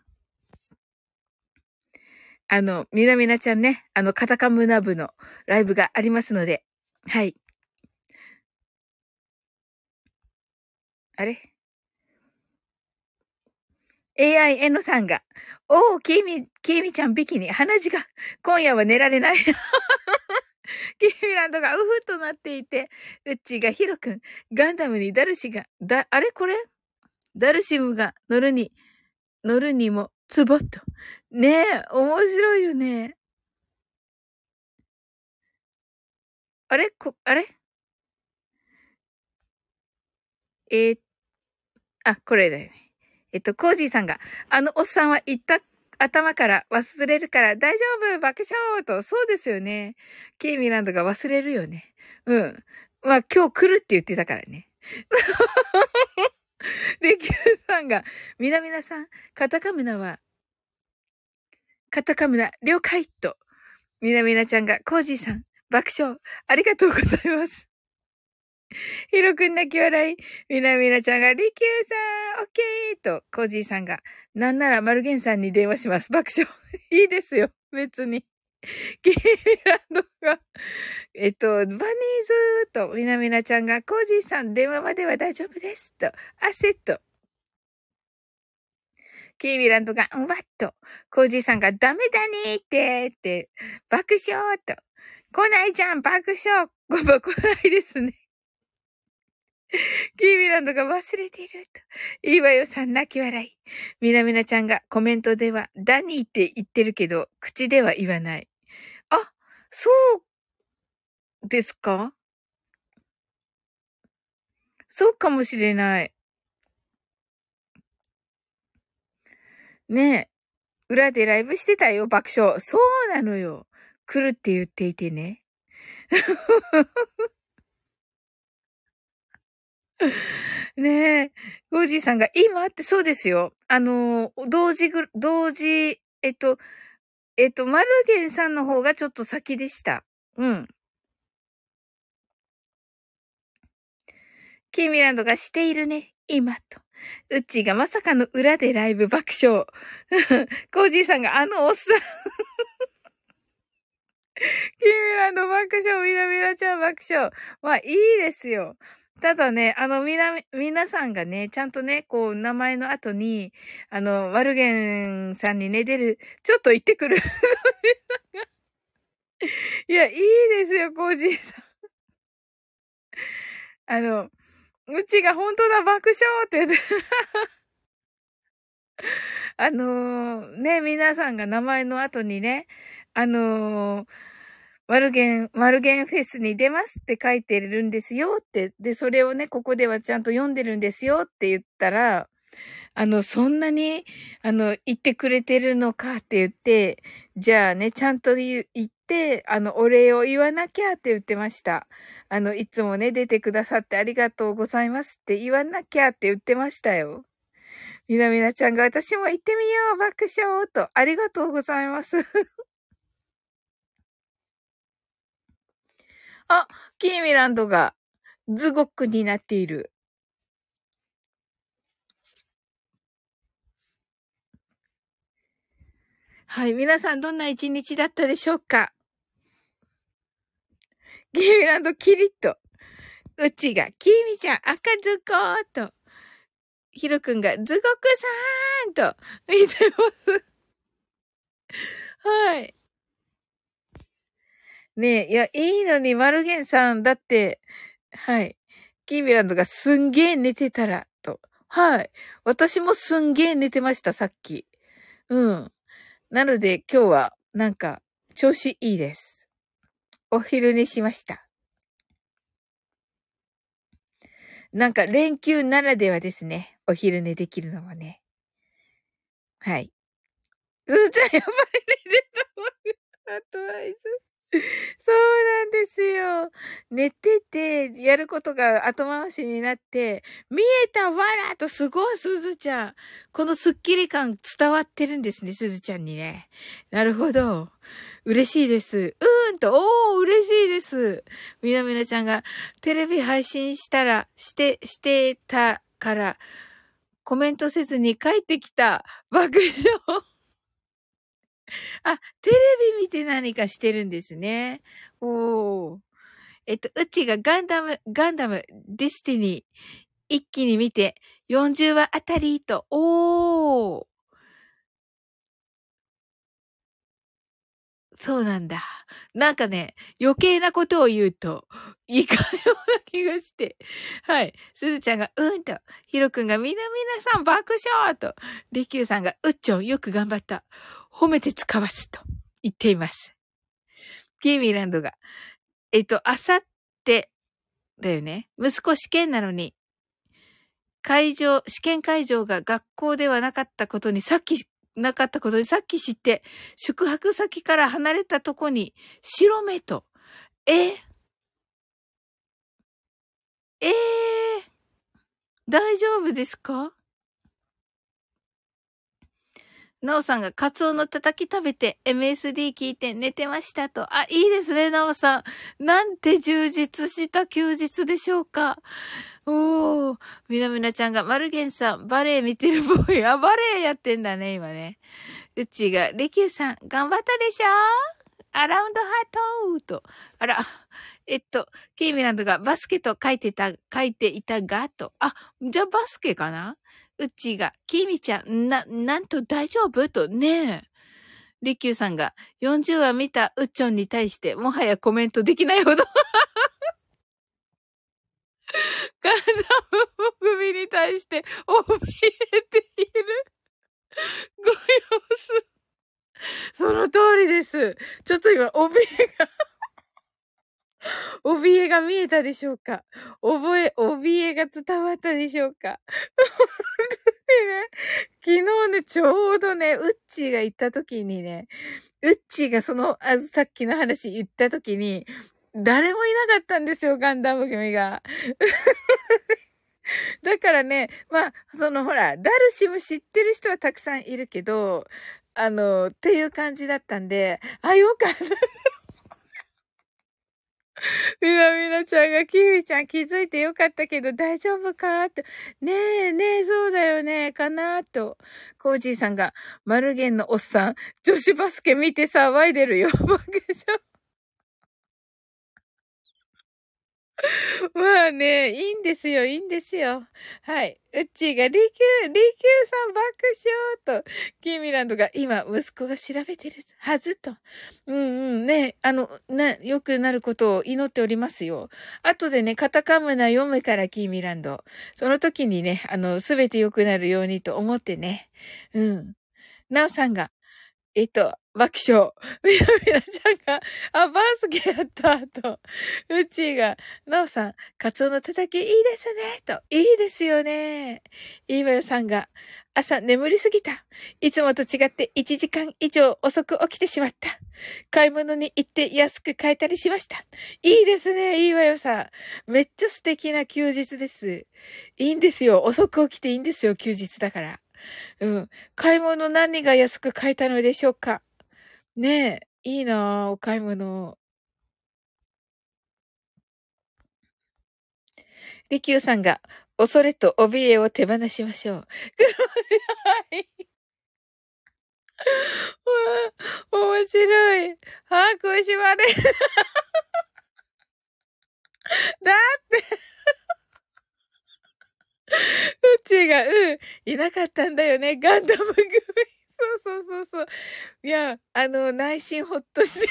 みなみなちゃんね、カタカムナ部のライブがありますので、はい。あれ ?AIN さんが、おー、きーみちゃんビキニ、鼻血が、今夜は寝られない。キーミランドがうふっとなっていて、うっちーがヒロくん、ガンダムにダルシが、あれこれダルシムが乗るにも、ツボっと。ねえ、面白いよね。あれこれだよね。コージーさんが、おっさんは言った、頭から忘れるから大丈夫爆笑と、そうですよね。ケイミランドが忘れるよね。うん。まあ、今日来るって言ってたからね。で、キューさんが、みなみなさん、カタカムナ、了解と。みなみなちゃんが、コージーさん、爆笑、ありがとうございます。ひろくん泣き笑い。みなみなちゃんが、りきゅうさん、オッケーと、コージーさんが、なんならマルゲンさんに電話します。爆笑。いいですよ。別に。キーランドが、バニーズーと、みなみなちゃんが、コージーさん、電話までは大丈夫です。と、アセット。キーミランドが、わっと、コージーさんが、ダメだねーって、爆笑と。来ないじゃん、爆笑。来ないですね。キーミランドが忘れていると。いいわよさん泣き笑い。みなみなちゃんがコメントでは、ダニーって言ってるけど、口では言わない。あ、そうですか？そうかもしれない。ねえ。裏でライブしてたよ、爆笑。そうなのよ。来るって言っていてね。ねえ。ゴージーさんが、今ってそうですよ。同時、マルゲンさんの方がちょっと先でした。うん。キーミランドがしているね、今と。うっちーがまさかの裏でライブ爆笑。コージーさんがおっさん。キーミランド爆笑、みなみなちゃん爆笑。まあ、いいですよ。ただね、皆さんがね、ちゃんとね、こう、名前の後に、マルゲンさんにね、ちょっと言ってくる。いや、いいですよ、コージーさん。うちが本当だ、爆笑って言って。ね、皆さんが名前の後にね、あのーマルゲンフェスに出ますって書いてるんですよって。で、それをね、ここではちゃんと読んでるんですよって言ったら、そんなに、言ってくれてるのかって言って、じゃあね、ちゃんと言って、お礼を言わなきゃって言ってました。いつもね、出てくださってありがとうございますって言わなきゃって言ってましたよ。みなみなちゃんが私も行ってみよう、爆笑と、ありがとうございます。あ、キーミランドがズゴックになっている。はい、皆さんどんな一日だったでしょうか？キーミランドキリッと。うちが、キーミちゃん赤ズコーと。ヒロくんがズゴクさーんと言ってます。はい。ねえ、いや、いいのに、マルゲンさん、だって、はい。キーミランドがすんげー寝てたら、と。はい。私もすんげー寝てました、さっき。うん。なので、今日は、なんか、調子いいです。 お昼寝しました。なんか連休ならではですね。お昼寝できるのはね。はい。すずちゃんやっぱり寝れた。あとアイス。そうなんですよ。寝てて、やることが後回しになって、見えたわらとすごいすずちゃん。このスッキリ感伝わってるんですね、すずちゃんにね。なるほど。嬉しいです。嬉しいです。みなみなちゃんがテレビ配信してたから、コメントせずに帰ってきた。爆笑。あ、テレビ見て何かしてるんですね。おー。うちがガンダム、ディスティニー、一気に見て、40話あたりと、そうなんだ。なんかね、余計なことを言うと、いかような気がして。はい。すずちゃんが、と、ひろくんが、みなさん爆笑と、りきゅうさんが、うっちょん、よく頑張った。褒めて使わすと、言っています。キーミランドが、あさってだよね。息子試験なのに、試験会場が学校ではなかったことにさっき知って、宿泊先から離れたとこに白目と、えー、大丈夫ですか？なおさんがカツオのたたき食べて MSD 聞いて寝てましたと。あ、いいですね、なおさん。なんて充実した休日でしょうか。おー、みなみなちゃんが、マルゲンさん、バレエ見てるっぽい。あ、バレエやってんだね、今ね。うちが、リキューさん、頑張ったでしょアラウンドハートと。あら、ケイミランドがバスケと書いていたが、と。あ、じゃあバスケかな？うちが、キミちゃん、なんと大丈夫とねえ。リキューさんが、40話見たうっちょんに対して、もはやコメントできないほどガンダム組に対して怯えているご様子。その通りです。ちょっと今、怯えが見えたでしょうか？怯えが伝わったでしょうか？本当にね、昨日ね、ちょうどね、ウッチーが行った時にね、ウッチーがさっきの話言った時に、誰もいなかったんですよ、ガンダム組が。だからね、まあ、ほら、ダルシム知ってる人はたくさんいるけど、っていう感じだったんで、あ、よかった。みなちゃんが、キーウィちゃん気づいてよかったけど大丈夫かと。ねえ、そうだよね、かなと。コージーさんが、マルゲンのおっさん、女子バスケ見て騒いでるよ。爆笑。まあね、いいんですよ、いいんですよ。はい。うっちーが、リキューさん爆笑と、キーミランドが、今、息子が調べてるはずと。ね、良くなることを祈っておりますよ。後でね、カタカムナ読むから、キーミランド。その時にね、すべて良くなるようにと思ってね。うん。なおさんが、爆笑。みなちゃんが、あ、バースケやったと。うちが、なおさん、カツオのたたきいいですねと。いいですよね。いいわよさんが、朝眠りすぎた。いつもと違って1時間以上遅く起きてしまった。買い物に行って安く買えたりしました。いいですね、いいわよさん。めっちゃ素敵な休日です。いいんですよ。遅く起きていいんですよ、休日だから。うん。買い物何が安く買えたのでしょうか？ねえ、いいなあ、お買い物。利休さんが、恐れと怯えを手放しましょう。黒字はい。面白い。把握しまれ。だって、うちが、いなかったんだよね、ガンダム組。そう。いや、内心ほっとして、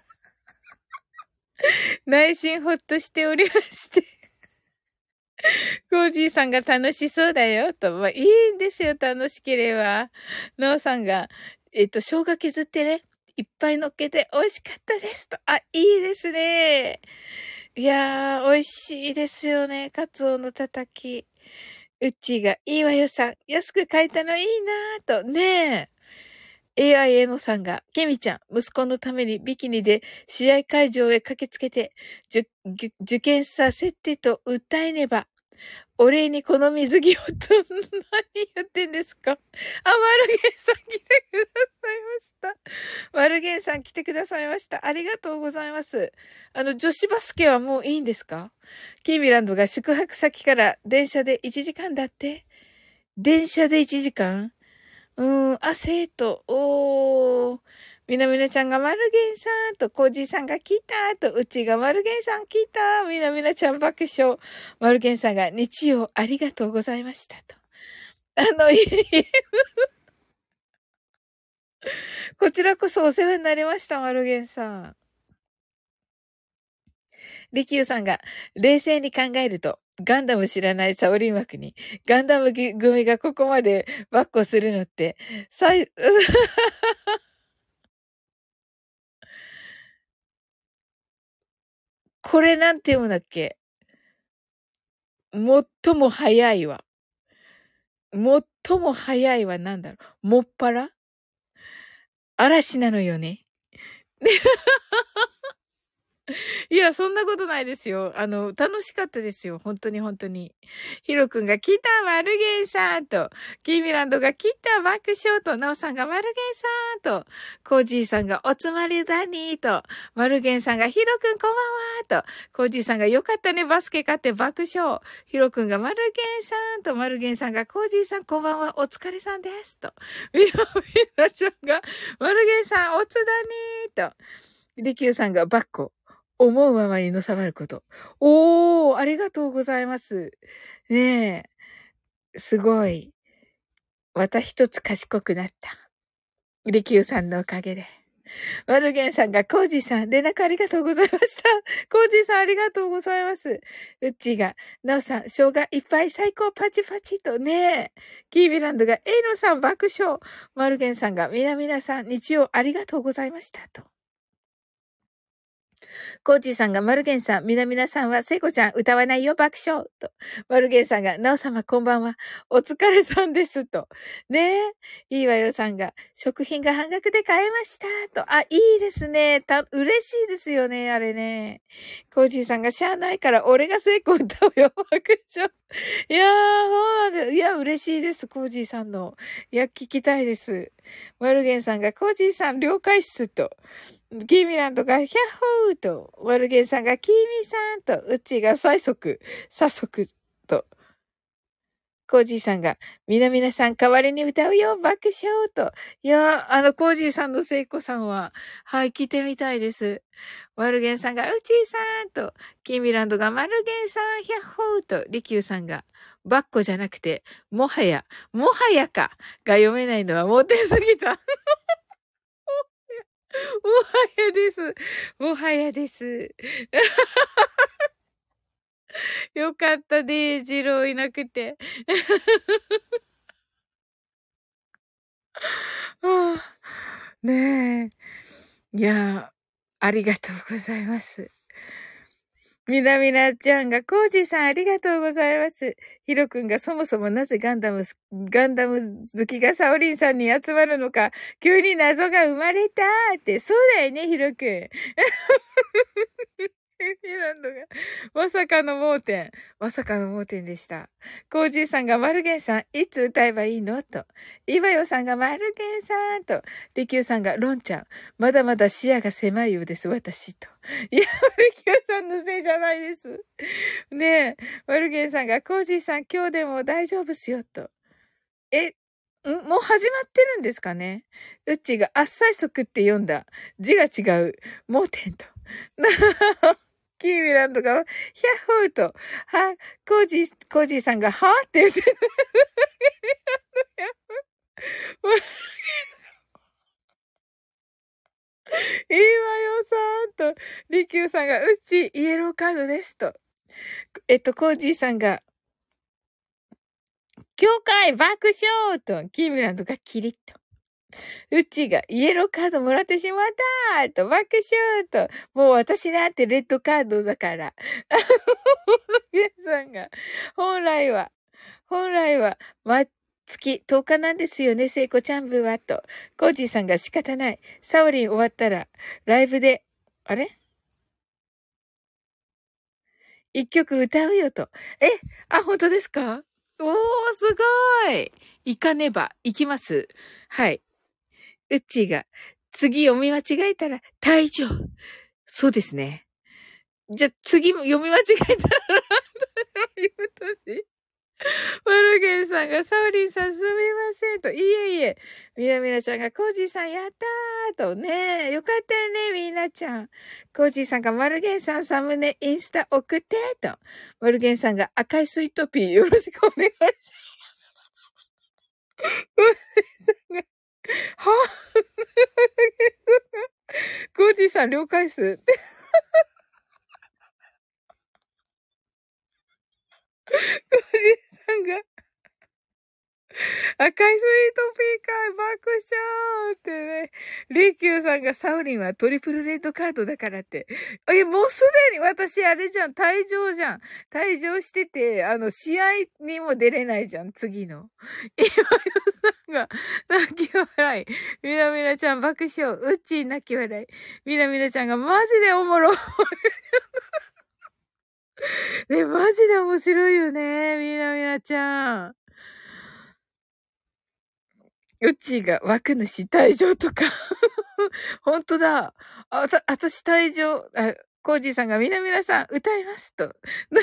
内心ほっとしておりまして。コージーさんが楽しそうだよ、と。まあ、いいんですよ、楽しければ。ノーさんが、生姜削ってね。 いっぱい乗っけて美味しかったですと。あ、いいですね。いやー、美味しいですよね。カツオのたたき。うっちーが、いいわよさん。安く買えたのいいなーと。ねえ。AIA のさんが、ケミちゃん、息子のためにビキニで試合会場へ駆けつけて、受験させてと訴えねば。お礼にこの水着をと、何言ってんですか？あ、マルゲンさん来てくださいました。マルゲンさん来てくださいました。ありがとうございます。女子バスケはもういいんですか？キーミランドが宿泊先から電車で1時間だって。電車で1時間？生徒、みなみなちゃんがマルゲンさんと、コージーさんが来たと、うちがマルゲンさん来た、みなみなちゃん爆笑。マルゲンさんが日曜ありがとうございましたと。こちらこそお世話になりました、マルゲンさん。リキューさんが、冷静に考えると、ガンダム知らないサオリン枠に、ガンダム組がここまでバッコするのって、これなんて読むんだっけ？最も早いわ。最も早いはなんだろう。もっぱら嵐なのよね。いや、そんなことないですよ。楽しかったですよ。本当に本当に。ヒロ君が来た、マルゲンさんと、キーミランドが来た、爆笑と、ナオさんがマルゲンさんと、コージーさんがおつまりだにーと、マルゲンさんがヒロ君こんばんはと、コージーさんがよかったね、バスケ買って爆笑。ヒロ君がマルゲンさんと、マルゲンさんがコージーさんこんばんは、お疲れさんですと。ミラちゃんが、マルゲンさんおつだにーと、リキューさんがバッコ。思うままにのさばること。おー、ありがとうございます。ねえ、すごい。また一つ賢くなった。リキューさんのおかげで。マルゲンさんが、コージーさん、連絡ありがとうございました。コージーさん、ありがとうございます。うっちーが、ナオさん、生姜いっぱい最高パチパチとね。キービランドが、エイノさん爆笑。マルゲンさんが、みなみなさん、日曜ありがとうございました。と。コーチーさんが、マルゲンさん、みなみなさんは、聖子ちゃん歌わないよ、爆笑と。マルゲンさんが、なお様こんばんは、お疲れさんです、と。ねえ、いいわよさんが、食品が半額で買えました、と。あ、いいですね。嬉しいですよね、あれね。コーチーさんが、しゃあないから、俺が聖子歌うよ、爆笑。いやー、そうなんです。いや、嬉しいです、コージーさんの。いや、聞きたいです。マルゲンさんが、コージーさん了解っす、と。キーミランドが、ヒャッホーと、ワルゲンさんが、キーミさんと、うちが早速と、コージーさんが、みなみなさん代わりに歌うよ、爆笑と。いやー、コージーさんの聖子さんは、はい、聞いてみたいです。ワルゲンさんが、うちーさんと、キーミランドが、マルゲンさん、ヒャッホーと、リキューさんが、バッコじゃなくて、もはやか、が読めないのはモテすぎた。もはやです。もはやです。よかったで、ジローいなくて。はあねえ。いや、ありがとうございます。みなみなちゃんが、コージーさんありがとうございます。ヒロ君がそもそもなぜガンダム好きがサオリンさんに集まるのか、急に謎が生まれたって。そうだよね、ヒロ君。フィンランドが、まさかの盲点。まさかの盲点でした。コージーさんがマルゲンさん、いつ歌えばいいのと。イバヨさんがマルゲンさんと。リキューさんがロンちゃん、まだまだ視野が狭いようです、私と。いや、リキューさんのせいじゃないです。ねえ、マルゲンさんがコージーさん、今日でも大丈夫っすよ、と。え、もう始まってるんですかね？うっちがあっさい速って読んだ。字が違う。盲点と。キーミランドが、ヒャッホーと、コージーさんが、はって言ってた。いいわよさんと、リキューさんが、うち、イエローカードですと。コージーさんが、教会爆笑と、キーミランドがキリッと。 うちがイエローカードもらってしまったと、爆笑と、もう私なんてレッドカードだから。皆さんが、本来は、毎月10日なんですよね、聖子ちゃん部は、と。コージーさんが仕方ない。サオリン終わったら、ライブで、あれ一曲歌うよと。本当ですか？おー、すごい。行かねば、行きます。はい。うっちーが、次読み間違えたら、退場。そうですね。じゃ、次も読み間違えたら、なんだろういうことで。マルゲンさんが、サオリンさんすみませんと。いえいえ。みなみなちゃんが、コージーさんやったーとね。よかったよね、みなちゃん。コージーさんが、マルゲンさんサムネインスタ送ってと。マルゲンさんが、赤いスイートピーよろしくお願いします。はコージーさん了解っす。コージーさんが、赤いスイートピーカー爆笑ってね。リーキューさんがサウリンはトリプルレッドカードだからって。もうすでに私あれじゃん、退場じゃん。退場してて、試合にも出れないじゃん、次の。今よさんが、泣き笑い。みなみなちゃん爆笑。うっちー泣き笑い。みなみなちゃんがマジでおもろ。ね、マジで面白いよね、みなみなちゃん。うっちーが枠主退場とか。ほんとだ。私退場。コージーさんがみなみなさん歌いますと。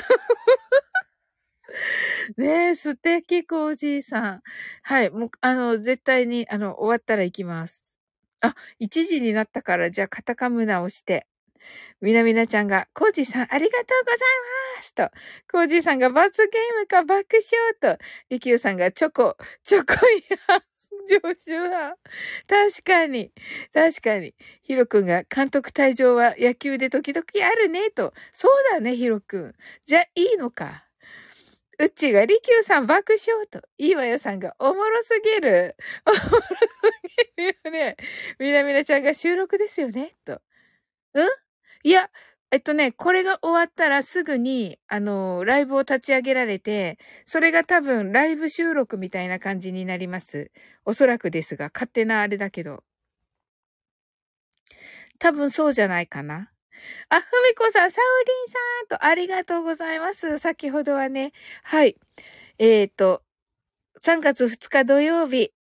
ねえ、素敵、コージーさん。はい、もう、絶対に、終わったら行きます。1時になったから、じゃあ、カタカムナをして。みなみなちゃんが、コージーさんありがとうございますと。コージーさんが罰ゲームか爆笑と。リキューさんがチョコいや、上手派。確かに。確かに。ヒロ君が監督退場は野球で時々あるねと。そうだね、ヒロ君。じゃあいいのか。うっちがリキューさん爆笑と。いいわよさんがおもろすぎる。おもろすぎるよね。みなみなちゃんが収録ですよねと。いや、これが終わったらすぐに、ライブを立ち上げられて、それが多分ライブ収録みたいな感じになります。おそらくですが、勝手なあれだけど。多分そうじゃないかな。ふみこさん、サオリンさんとありがとうございます。先ほどはね。はい。3月2日土曜日、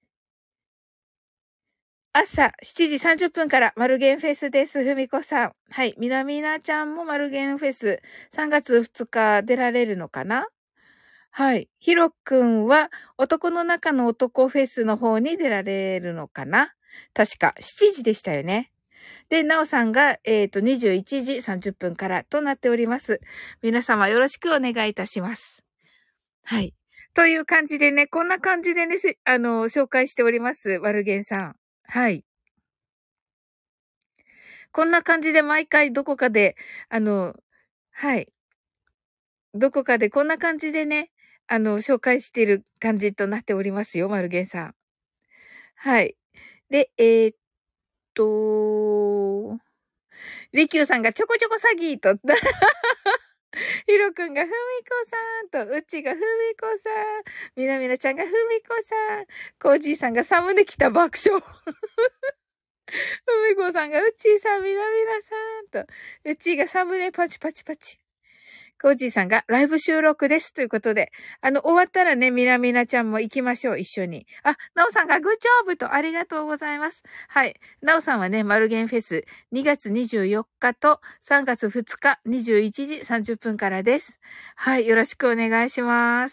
朝7時30分からマルゲンフェスです。ふみこさん。はい。みなみなちゃんもマルゲンフェス3月2日出られるのかな？はい。ひろくんは男の中の男フェスの方に出られるのかな？確か7時でしたよね。で、なおさんが、21時30分からとなっております。皆様よろしくお願いいたします。はい。という感じでね、こんな感じでね、紹介しております。ワルゲンさん。はい。こんな感じで毎回どこかで、はい。どこかでこんな感じでね、紹介している感じとなっておりますよ、マルゲンさん。はい。で、と、リキューさんがちょこちょこ詐欺と、ヒロくんがふみこさんと、うちがふみこさん、みなみなちゃんがふみこさん、コージーさんがサムネ来た爆笑。ふみこさんがうちーさん、みなみなさんと、うちーがサムネパチパチパチ。コージーさんがライブ収録です。ということで、終わったらね、みなみなちゃんも行きましょう。一緒に。なおさんがグッジョブとありがとうございます。はい。なおさんはね、マルゲンフェス2月24日と3月2日21時30分からです。はい。よろしくお願いします。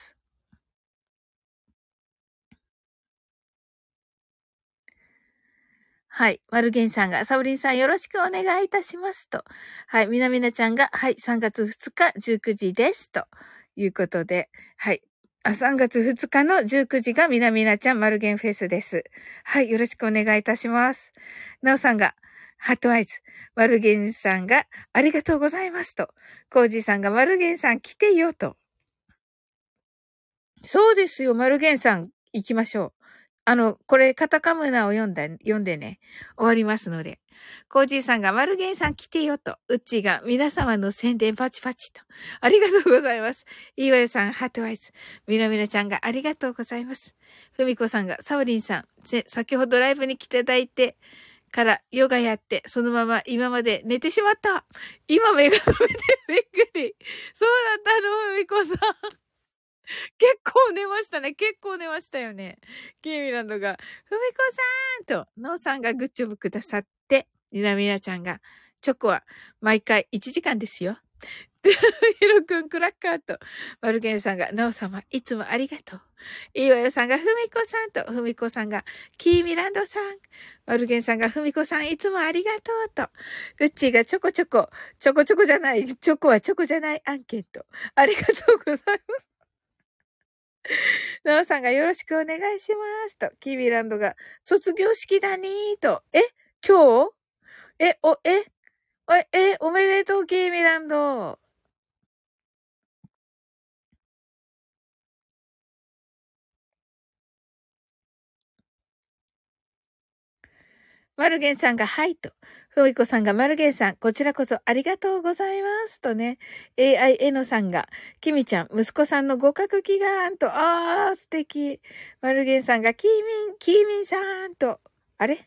はい。マルゲンさんが、サオリンさんよろしくお願いいたしますと。はい。みなみなちゃんが、はい。3月2日19時です。ということで、はい。3月2日の19時がみなみなちゃんマルゲンフェスです。はい。よろしくお願いいたします。なおさんが、ハートアイズ。マルゲンさんが、ありがとうございますと。コージーさんが、マルゲンさん来てよと。そうですよ。マルゲンさん行きましょう。 これ、カタカムナを読んでね、終わりますので。コージーさんが、マルゲンさん来てよと、うっちーが、皆様の宣伝パチパチと。ありがとうございます。いわゆさん、ハートアイズ。みなみなちゃんが、ありがとうございます。ふみこさんが、サオリンさん、先ほどライブに来ていただいて、からヨガやって、そのまま今まで寝てしまった。今目が覚めてびっくり。そうだったの、ふみこさん。結構寝ましたね。結構寝ましたよね。キーミランドが、ふみこさんと、ノーさんがグッジョブくださって、みなみなちゃんが、チョコは毎回1時間ですよ。ヒロくんクラッカーと、マルゲンさんが、ノー様、いつもありがとう。いいわよさんが、ふみこさんと、ふみこさんが、キーミランドさん。マルゲンさんが、ふみこさん、いつもありがとうと。うっちーが、チョコチョコ、チョコチョコじゃない、チョコはチョコじゃない案件と。ありがとうございます。ナオさんがよろしくお願いしますと。キーミランドが、卒業式だねーと。今日おめでとう、キーミランド。マルゲンさんがはいと。ふみこさんがマルゲンさん、こちらこそありがとうございますとね。AI のさんが、キミちゃん、息子さんの合格祈願と、素敵。マルゲンさんが、キーミンさんと、あれ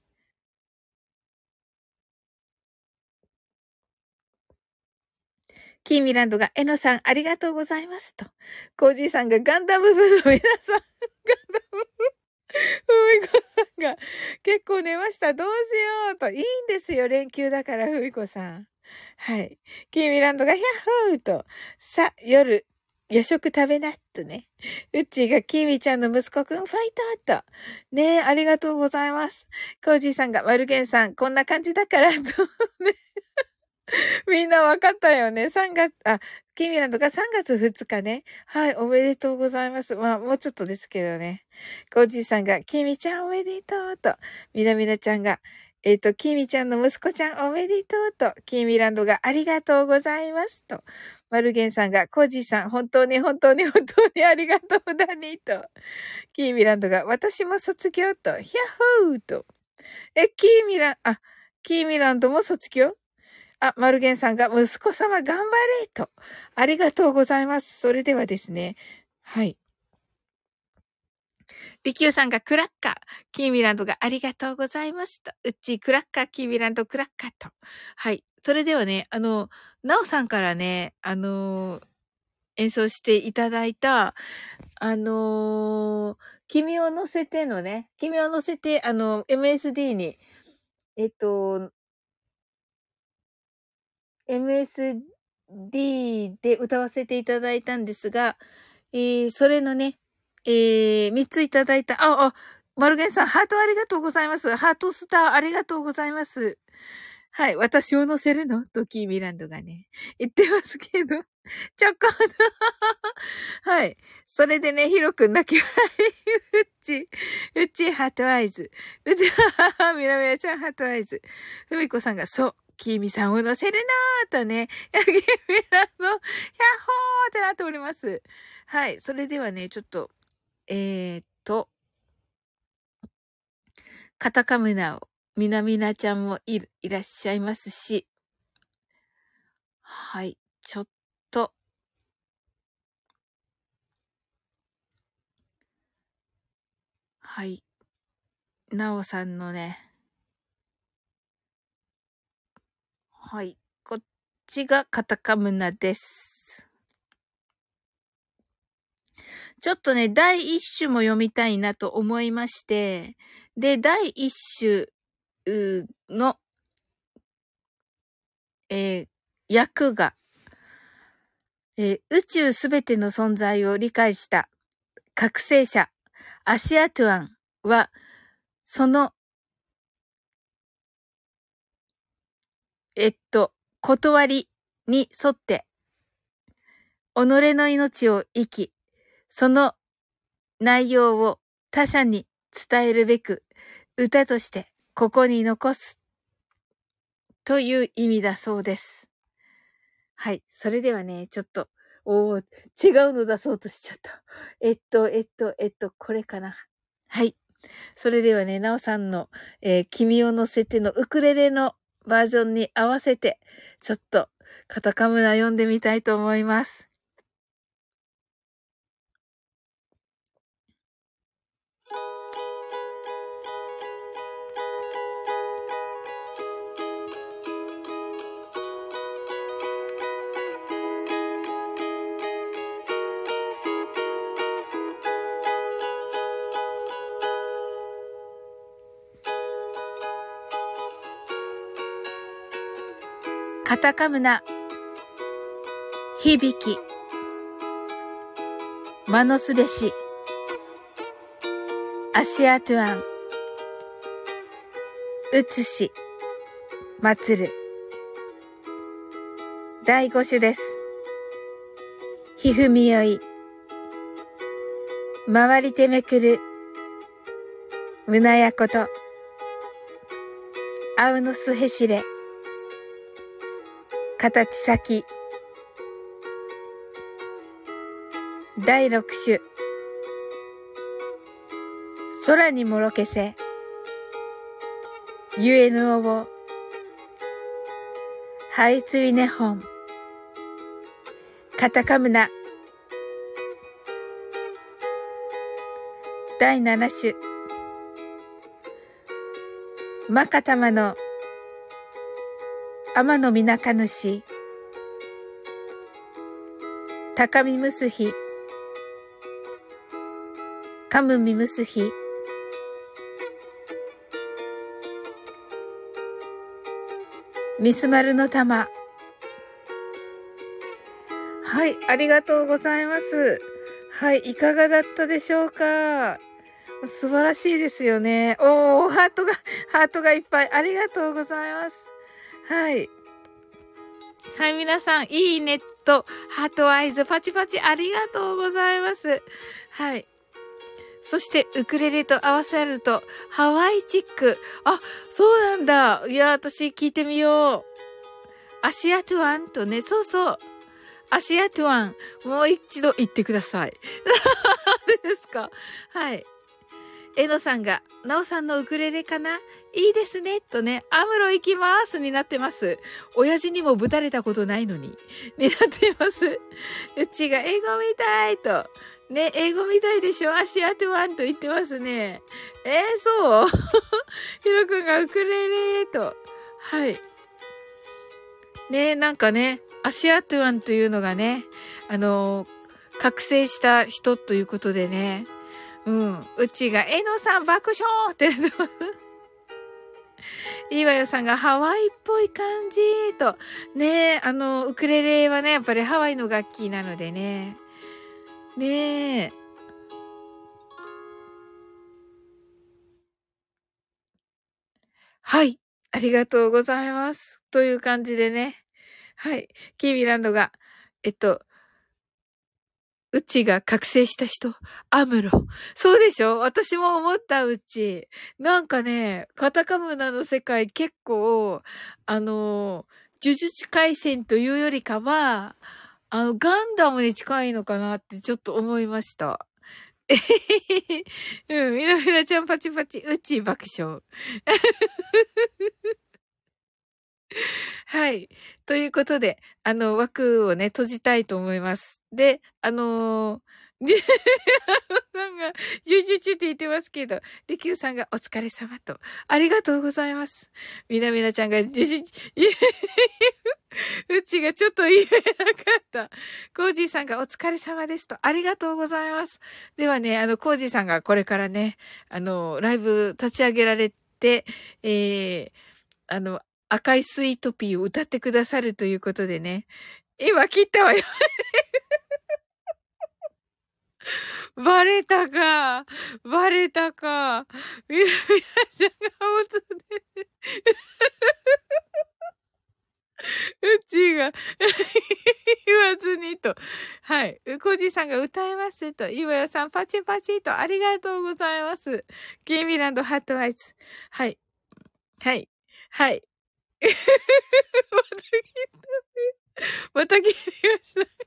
キーミランドが、さん、ありがとうございますと。コージーさんが、ガンダム部の皆さん、ガンダム部。ふみこさんが、結構寝ました。どうしようと。いいんですよ。連休だから、ふみこさん。はい。キーミランドが、ヒャッホーと。さ、夜食食べな、とね。うっちーが、キーミちゃんの息子くん、ファイターと。ねえ、ありがとうございます。コージーさんが、マルゲンさん、こんな感じだから、と。ね、みんなわかったよね。キーミランドが3月2日ね。はい、おめでとうございます。まあ、もうちょっとですけどね。コージーさんが、キミちゃんおめでとうと。みなみなちゃんが、キミちゃんの息子ちゃんおめでとうと。キーミランドがありがとうございますと。マルゲンさんが、コージーさん、本当に本当に本当にありがとうだねと。キーミランドが、私も卒業と。ヒャッホーと。キーミランドも卒業マルゲンさんが、息子様頑張れと。ありがとうございます。それではですね。はい。リキューさんがクラッカー。キーミランドがありがとうございますと。うっちークラッカー、キーミランドクラッカーと。はい。それではね、ナオさんからね、演奏していただいた、君を乗せてのね、君を乗せて、MSD に、MSD で歌わせていただいたんですが、それのね、3ついただいた、マルゲンさん、ハートありがとうございます。ハートスターありがとうございます。はい、私を乗せるのとキーミランドがね、言ってますけど、ちょこのはい。それでね、ヒロ君泣き笑い、うち、ハートアイズ。みなみなちゃん、ハートアイズ。ふみこさんが、そう、キーミさんを乗せるなーとね、キーミランド、ヒャッホーってなっております。はい。それではね、ちょっと、カタカムナを、みなみなちゃんもいらっしゃいますし、はい。ちょっと、はい。なおさんのね、はい。こっちがカタカムナです。ちょっとね、第一種も読みたいなと思いまして、で、第一種の、訳が、宇宙すべての存在を理解した覚醒者、アシアトゥアンは、その、断りに沿って、己の命を生き、その内容を他者に伝えるべく、歌としてここに残すという意味だそうです。はい。それではね、ちょっと、違うの出そうとしちゃった。これかな。はい。 それではね、なおさんの、君を乗せてのウクレレのバージョンに合わせて、ちょっと、カタカムナ読んでみたいと思います。カタカムナ、響き、マノスベシ、アシアトゥアン、写し、祭る。第5種です。ひふみよい、回りてめくる、胸やこと、あうのすへしれ、形先。第6種。空にもろけせ。ゆえぬおぼ。はいついねほん。カタカムナ。第7種。まかたまの天のみなかぬし。高みむすひ。かむみむすひ。みすまるの玉。はい、ありがとうございます。はい、いかがだったでしょうか？素晴らしいですよね。おー、ハートがいっぱい。ありがとうございます。はい。はい、皆さん、いいねと、ハートアイズ、パチパチ、ありがとうございます。はい。そして、ウクレレと合わせると、ハワイチック。あ、そうなんだ。いや、私聞いてみよう。アシアトゥアンとね、そうそう。アシアトゥアン。もう一度言ってください。何ですか？はい。えのさんが、なおさんのウクレレかな？いいですね。とね、アムロ行きますになってます。親父にもぶたれたことないのに。になっています。うちが英語みたいと。ね、英語みたいでしょ？アシアトゥワンと言ってますね。そうヒロ君がウクレレと。はい。ね、なんかね、アシアトゥワンというのがね、覚醒した人ということでね。うん。うちが、えのさん爆笑って言ってます。いいわよさんがハワイっぽい感じと。ねウクレレはね、やっぱりハワイの楽器なのでね。ねえ。はい。ありがとうございます。という感じでね。はい。キーミランドが、うちが覚醒した人、アムロ。そうでしょ？私も思った、うち。なんかね、カタカムナの世界結構、呪術廻戦というよりかは、ガンダムに近いのかなってちょっと思いました。えへへへ。うん、みなみなちゃんパチパチ、うち爆笑。はい。ということで、枠をね、閉じたいと思います。で、ジュさんが、ジュジュジュって言ってますけど、リキューさんがお疲れ様と。ありがとうございます。みなみなちゃんが、ジュジュジュ、うちがちょっと言えなかった。コージーさんがお疲れ様ですと。ありがとうございます。ではね、コージーさんがこれからね、ライブ立ち上げられて、あの、赤いスイートピーを歌ってくださるということでね。今切ったわよ。バレたか。バレたか。みなちゃんがおつで。うちが言わずにと。はい。コジさんが歌えますと。岩屋さんパチパチとありがとうございます。ゲーミランドハットアイズ。はい。はい。はい。また切りました。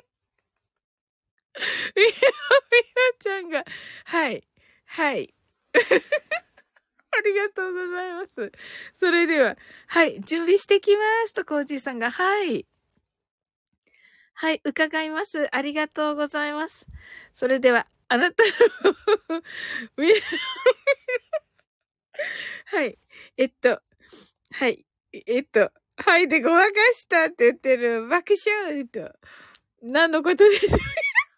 みなちゃんが、はい。はい。 ありがとうございます。それでは、はい、準備してきますと、コージーさんが、はい。はい、伺います。ありがとうございます。それでは、あなたのはい、はい、はいでごまかしたって言ってる爆笑と、何のことでしょう。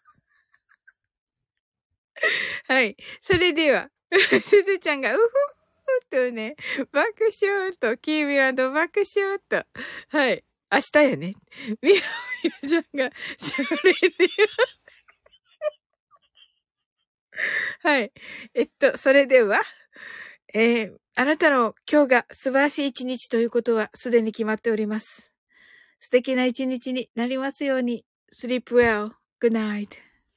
はい。それでは、すずちゃんが、うふふとね、爆笑と、キーミランド爆笑と、はい。明日やね。みやみやちゃんが、しゃれで、はい。それでは、あなたの今日が素晴らしい一日ということはすでに決まっております。素敵な一日になりますように。sleep well. Good night.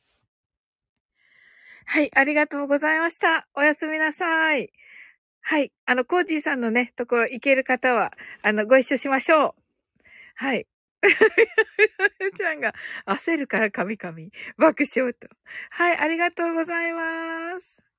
はい、ありがとうございました。おやすみなさい。はい。コージーさんのね、ところ行ける方は、ご一緒しましょう。はい。ちゃんが焦るからカミカミ爆笑と。はい、ありがとうございます。